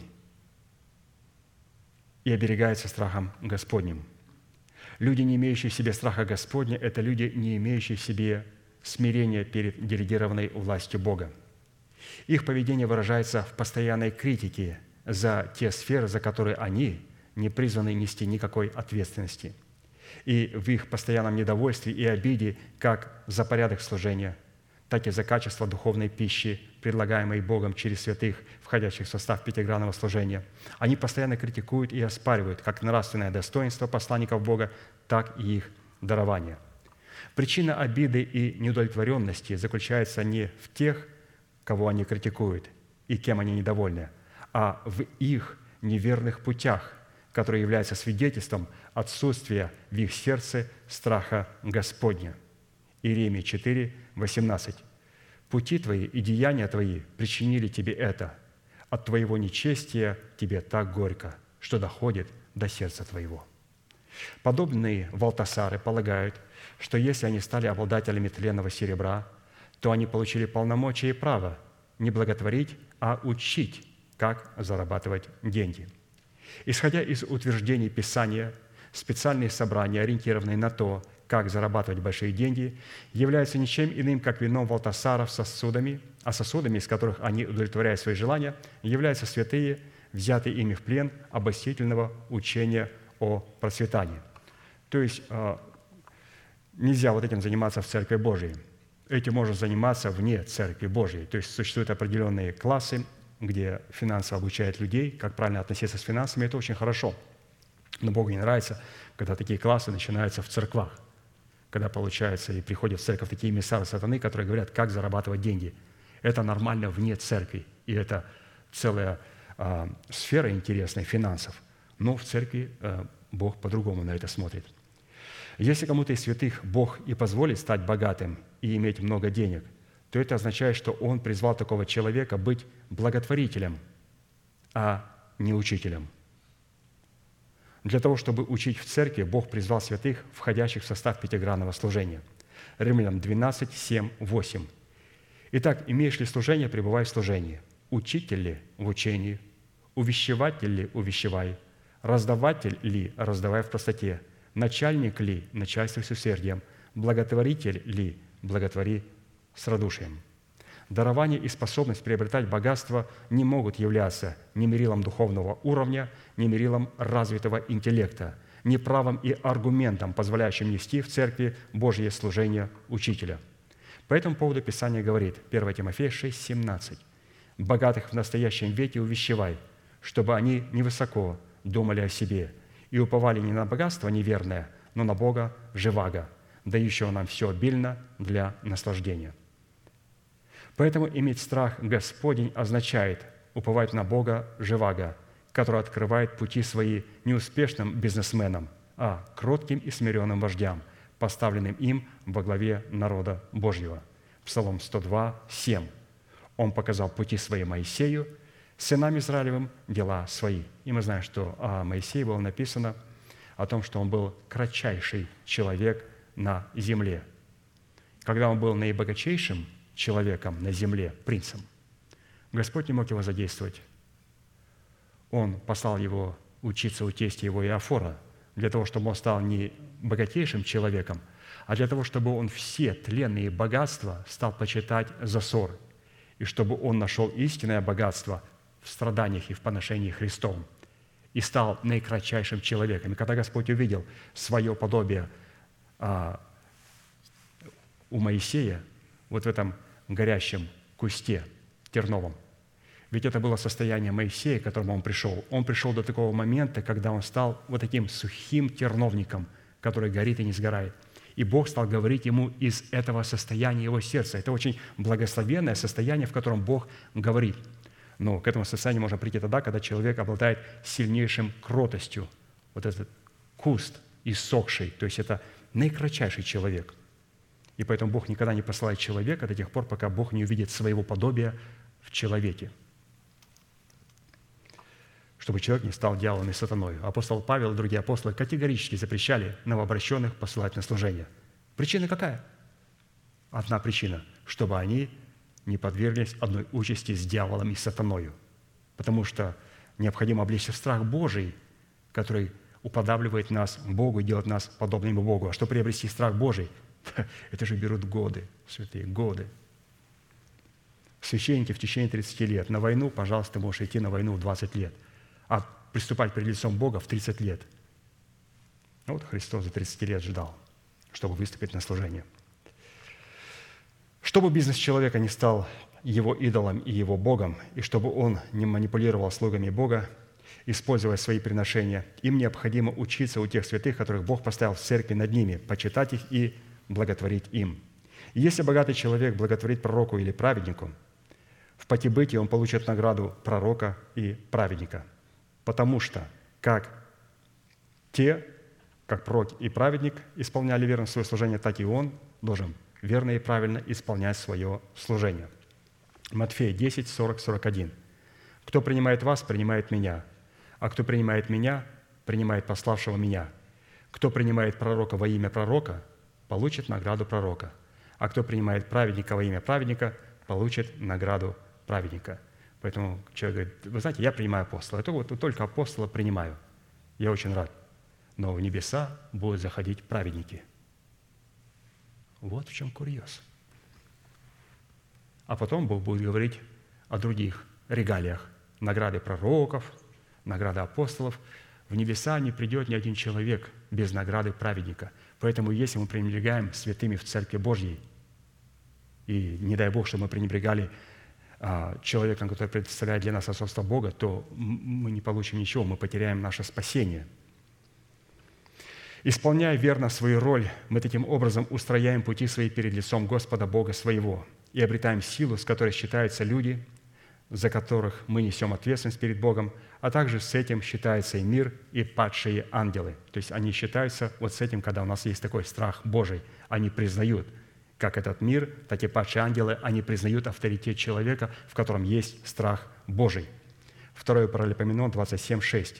[SPEAKER 1] и оберегается страхом Господним. Люди, не имеющие в себе страха Господня, это люди, не имеющие в себе смирения перед делегированной властью Бога. Их поведение выражается в постоянной критике за те сферы, за которые они не призваны нести никакой ответственности, и в их постоянном недовольстве и обиде как за порядок служения, так и за качество духовной пищи, предлагаемой Богом через святых, входящих в состав пятигранного служения. Они постоянно критикуют и оспаривают как нравственное достоинство посланников Бога, так и их дарование. Причина обиды и неудовлетворенности заключается не в тех, кого они критикуют и кем они недовольны, а в их неверных путях, которые являются свидетельством отсутствия в их сердце страха Господня. Иеремия четыре, восемнадцать. «Пути твои и деяния твои причинили тебе это. От твоего нечестия тебе так горько, что доходит до сердца твоего». Подобные Валтасары полагают, что если они стали обладателями тленного серебра, то они получили полномочия и право не благотворить, а учить, как зарабатывать деньги. Исходя из утверждений Писания, специальные собрания, ориентированные на то, как зарабатывать большие деньги, являются ничем иным, как вином Валтасаров сосудами, а сосудами, из которых они удовлетворяют свои желания, являются святые, взятые ими в плен обольстительного учения о процветании. То есть нельзя вот этим заниматься в Церкви Божией. Этим можно заниматься вне Церкви Божией. То есть существуют определенные классы, где финансово обучают людей, как правильно относиться с финансами. Это очень хорошо. Но Богу не нравится, когда такие классы начинаются в церквах, когда получается и приходят в церковь такие эмиссары сатаны, которые говорят, как зарабатывать деньги. Это нормально вне церкви, и это целая а, сфера интересная финансов. Но в церкви а, Бог по-другому на это смотрит. Если кому-то из святых Бог и позволит стать богатым и иметь много денег, то это означает, что Он призвал такого человека быть благотворителем, а не учителем. Для того, чтобы учить в церкви, Бог призвал святых, входящих в состав пятигранного служения. Римлянам двенадцать, семь, восемь. «Итак, имеешь ли служение, пребывай в служении. Учитель ли в учении? Увещеватель ли увещевай? Раздаватель ли раздавай в простоте? Начальник ли начальствуй с усердием? Благотворитель ли благотвори с радушием». Дарование и способность приобретать богатство не могут являться ни мерилом духовного уровня, ни мерилом развитого интеллекта, ни правом и аргументом, позволяющим нести в церкви Божье служение учителя. По этому поводу Писание говорит, первое Тимофея шесть, семнадцать, «Богатых в настоящем веке увещевай, чтобы они невысоко думали о себе и уповали не на богатство неверное, но на Бога живаго, дающего нам все обильно для наслаждения». Поэтому иметь страх Господень означает уповать на Бога живаго, который открывает пути свои не успешным бизнесменам, а кротким и смиренным вождям, поставленным им во главе народа Божьего. Псалом сто два, семь. «Он показал пути свои Моисею, сынам Израилевым дела свои». И мы знаем, что о Моисее было написано о том, что он был кратчайший человек на земле. Когда он был наибогатейшим человеком на земле, принцем, Господь не мог его задействовать. Он послал его учиться у тестя его Иофора, для того, чтобы он стал не богатейшим человеком, а для того, чтобы он все тленные богатства стал почитать за ссор, и чтобы он нашел истинное богатство в страданиях и в поношении Христовом, и стал наикратчайшим человеком. И когда Господь увидел свое подобие а, у Моисея, вот в этом горящем кусте терновом, ведь это было состояние Моисея, к которому он пришел. Он пришел до такого момента, когда он стал вот таким сухим терновником, который горит и не сгорает. И Бог стал говорить ему из этого состояния его сердца. Это очень благословенное состояние, в котором Бог говорит. Но к этому состоянию можно прийти тогда, когда человек обладает сильнейшим кротостью. Вот этот куст иссохший, то есть это наикратчайший человек. И поэтому Бог никогда не посылает человека до тех пор, пока Бог не увидит своего подобия в человеке, чтобы человек не стал дьяволом и сатаною. Апостол Павел и другие апостолы категорически запрещали новообращенных посылать на служение. Причина какая? Одна причина – чтобы они не подверглись одной участи с дьяволом и сатаною. Потому что необходимо облечься в страх Божий, который уподабливает нас Богу и делает нас подобными Богу. А что приобрести страх Божий? Это же берут годы, святые, годы. Священники в течение тридцати лет. На войну, пожалуйста, можешь идти на войну в двадцать лет. А приступать перед лицом Бога в тридцать лет. Ну вот Христос за тридцать лет ждал, чтобы выступить на служение. Чтобы бизнес человека не стал его идолом и его Богом, и чтобы он не манипулировал слугами Бога, используя свои приношения, им необходимо учиться у тех святых, которых Бог поставил в церкви над ними, почитать их и благотворить им. И если богатый человек благотворит пророку или праведнику, в потибытии он получит награду пророка и праведника, потому что как те, как пророк и праведник исполняли верно свое служение, так и он должен верно и правильно исполнять свое служение. Матфея десять, сорок, сорок один. «Кто принимает вас, принимает меня, а кто принимает меня, принимает пославшего меня. Кто принимает пророка во имя пророка, получит награду пророка, а кто принимает праведника во имя праведника, получит награду праведника». Поэтому человек говорит: вы знаете, я принимаю апостола, это вот только апостола принимаю. Я очень рад. Но в небеса будут заходить праведники. Вот в чем курьез. А потом Бог будет говорить о других регалиях. Награды пророков, награды апостолов. В небеса не придет ни один человек без награды праведника. Поэтому если мы пренебрегаем святыми в Церкви Божьей, и не дай Бог, чтобы мы пренебрегали а, человеком, который представляет для нас отцовство Бога, то мы не получим ничего, мы потеряем наше спасение. Исполняя верно свою роль, мы таким образом устрояем пути свои перед лицом Господа Бога своего и обретаем силу, с которой считаются люди, за которых мы несем ответственность перед Богом, а также с этим считается и мир, и падшие ангелы. То есть они считаются вот с этим, когда у нас есть такой страх Божий. Они признают, как этот мир, так и падшие ангелы, они признают авторитет человека, в котором есть страх Божий. Второе Паралипоменон двадцать семь, шесть.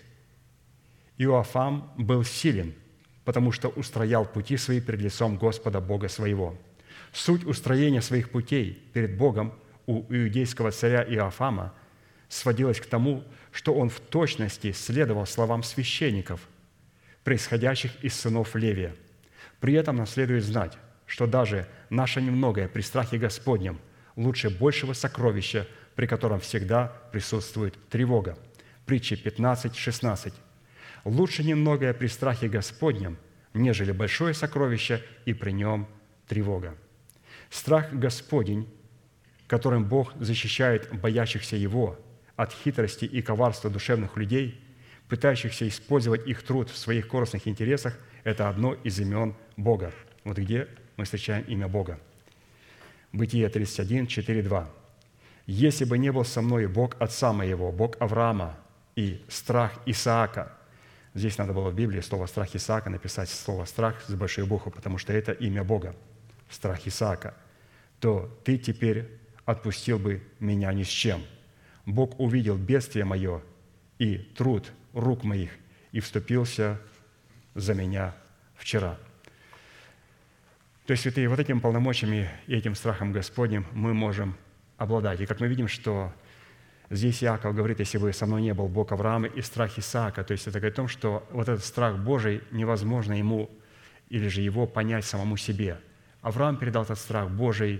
[SPEAKER 1] «Иоафам был силен, потому что устроял пути свои перед лицом Господа Бога своего». Суть устроения своих путей перед Богом у иудейского царя Иоафама сводилась к тому, что он в точности следовал словам священников, происходящих из сынов Левия. При этом нам следует знать, что даже наше немногое при страхе Господнем лучше большего сокровища, при котором всегда присутствует тревога. Притча пятнадцать, шестнадцать. «Лучше немногое при страхе Господнем, нежели большое сокровище, и при нем тревога». Страх Господень, которым Бог защищает боящихся Его от хитрости и коварства душевных людей, пытающихся использовать их труд в своих корыстных интересах, это одно из имен Бога. Вот где мы встречаем имя Бога. Бытие тридцать один, четыре, два. «Если бы не был со мной Бог отца моего, Бог Авраама и страх Исаака». Здесь надо было в Библии слово «страх Исаака» написать слово «страх» с большой буквы, потому что это имя Бога. Страх Исаака. «То ты теперь отпустил бы меня ни с чем. Бог увидел бедствие мое и труд рук моих и вступился за меня вчера». То есть, святые, вот этими полномочиями и этим страхом Господним мы можем обладать. И как мы видим, что здесь Иаков говорит: если бы со мной не был Бог Авраама и страх Исаака, то есть это говорит о том, что вот этот страх Божий невозможно ему или же его понять самому себе. Авраам передал этот страх Божий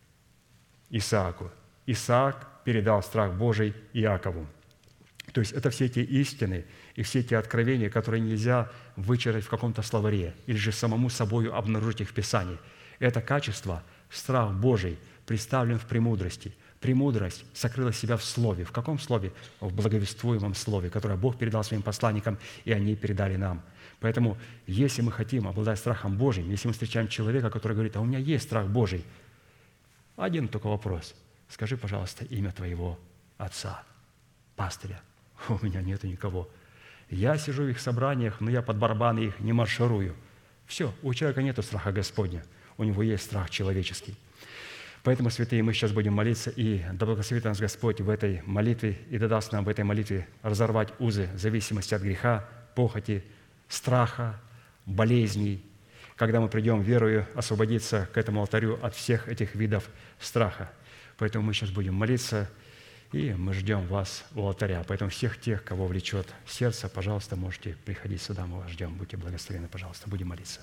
[SPEAKER 1] Исааку. Исаак передал страх Божий Иакову. То есть это все те истины и все те откровения, которые нельзя вычитать в каком-то словаре или же самому собою обнаружить их в Писании. Это качество, страх Божий, представлен в премудрости. Премудрость сокрыла себя в Слове. В каком Слове? В благовествуемом Слове, которое Бог передал своим посланникам, и они передали нам. Поэтому, если мы хотим обладать страхом Божьим, если мы встречаем человека, который говорит: а у меня есть страх Божий, один только вопрос. Скажи, пожалуйста, имя твоего отца, пастыря. У меня нету никого. Я сижу в их собраниях, но я под барабаны их не марширую. Все, у человека нету страха Господня. у него есть страх человеческий. Поэтому, святые, мы сейчас будем молиться, и да благословит нас Господь в этой молитве, и да даст нам в этой молитве разорвать узы зависимости от греха, похоти, страха, болезней, когда мы придем верою освободиться к этому алтарю от всех этих видов страха. Поэтому мы сейчас будем молиться, и мы ждем вас у алтаря. Поэтому всех тех, кого влечет сердце, пожалуйста, можете приходить сюда, мы вас ждем. Будьте благословенны, пожалуйста, будем молиться.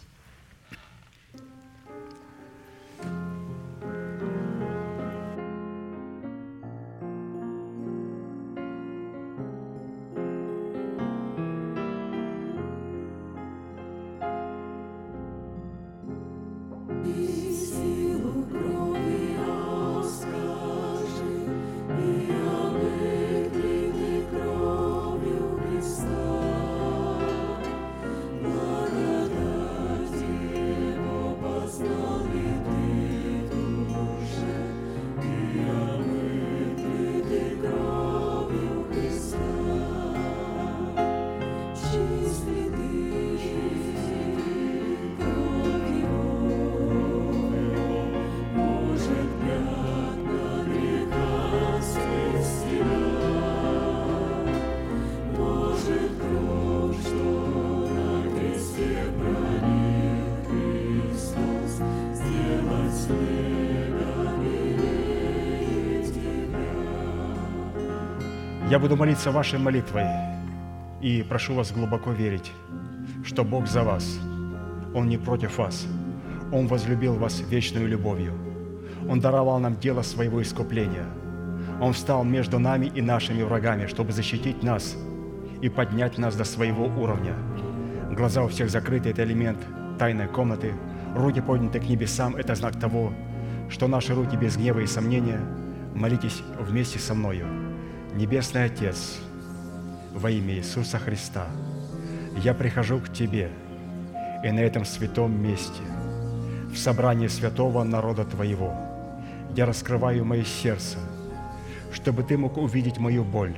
[SPEAKER 1] Я буду молиться вашей молитвой и прошу вас глубоко верить, что Бог за вас, Он не против вас, Он возлюбил вас вечной любовью, Он даровал нам дело своего искупления, Он встал между нами и нашими врагами, чтобы защитить нас и поднять нас до своего уровня. Глаза у всех закрыты – это элемент тайной комнаты, руки подняты к небесам – это знак того, что наши руки без гнева и сомнения. Молитесь вместе со мною. Небесный Отец, во имя Иисуса Христа, я прихожу к Тебе и на этом святом месте, в собрании святого народа Твоего, я раскрываю мое сердце, чтобы Ты мог увидеть мою боль,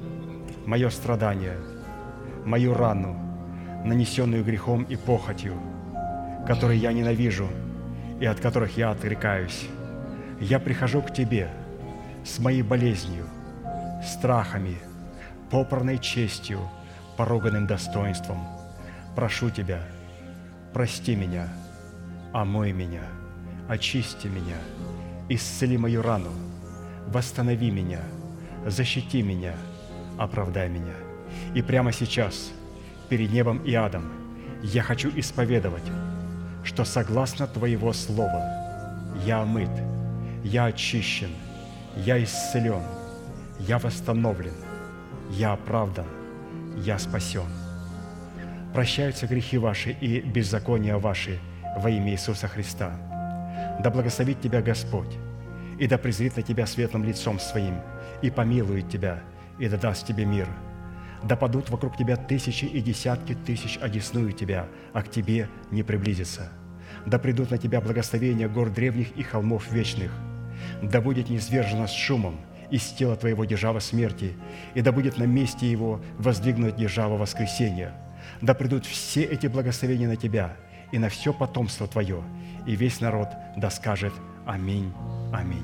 [SPEAKER 1] мое страдание, мою рану, нанесенную грехом и похотью, которые я ненавижу и от которых я отрекаюсь. Я прихожу к Тебе с моей болезнью, страхами, попранной честью, поруганным достоинством. Прошу Тебя, прости меня, омой меня, очисти меня, исцели мою рану, восстанови меня, защити меня, оправдай меня. И прямо сейчас, перед небом и адом, я хочу исповедовать, что согласно Твоего Слова я омыт, я очищен, я исцелен, я восстановлен, я оправдан, я спасен. Прощаются грехи ваши и беззакония ваши во имя Иисуса Христа. Да благословит тебя Господь, и да презрит на тебя светлым лицом Своим, и помилует тебя, и да даст тебе мир. Да падут вокруг тебя тысячи и десятки тысяч, одесную тебя, а к тебе не приблизится. Да придут на тебя благословения гор древних и холмов вечных. Да будет низвержено с шумом из тела твоего держава смерти, и да будет на месте его воздвигнут держава воскресения. Да придут все эти благословения на тебя и на все потомство твое, и весь народ да скажет Аминь, Аминь.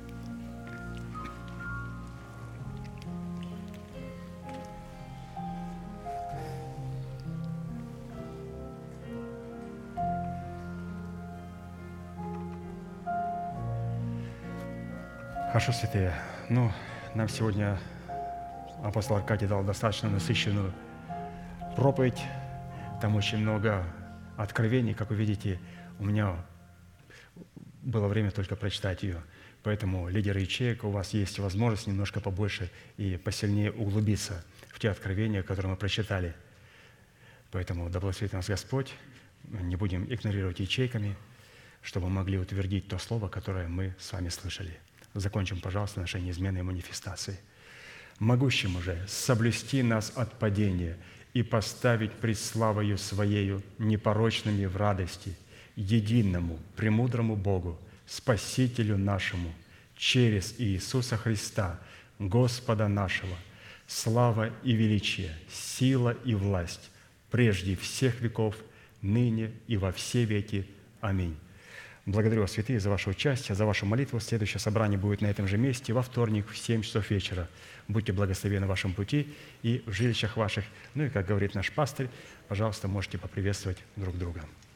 [SPEAKER 1] Хорошо, святые. Ну, нам сегодня апостол Аркадий дал достаточно насыщенную проповедь. Там очень много откровений. Как вы видите, у меня было время только прочитать ее. Поэтому, лидеры ячеек, у вас есть возможность немножко побольше и посильнее углубиться в те откровения, которые мы прочитали. Поэтому да благословит нас Господь. Не будем игнорировать ячейками, чтобы мы могли утвердить то слово, которое мы с вами слышали. Закончим, пожалуйста, нашей неизменной манифестацией. «Могущему же соблюсти нас от падения и поставить пред славою Своею непорочными в радости, единому, премудрому Богу, Спасителю нашему, через Иисуса Христа, Господа нашего, слава и величие, сила и власть, прежде всех веков, ныне и во все веки. Аминь». Благодарю вас, святые, за ваше участие, за вашу молитву. Следующее собрание будет на этом же месте во вторник в семь часов вечера. Будьте благословены в вашем пути и в жилищах ваших. Ну и, как говорит наш пастырь, пожалуйста, можете поприветствовать друг друга.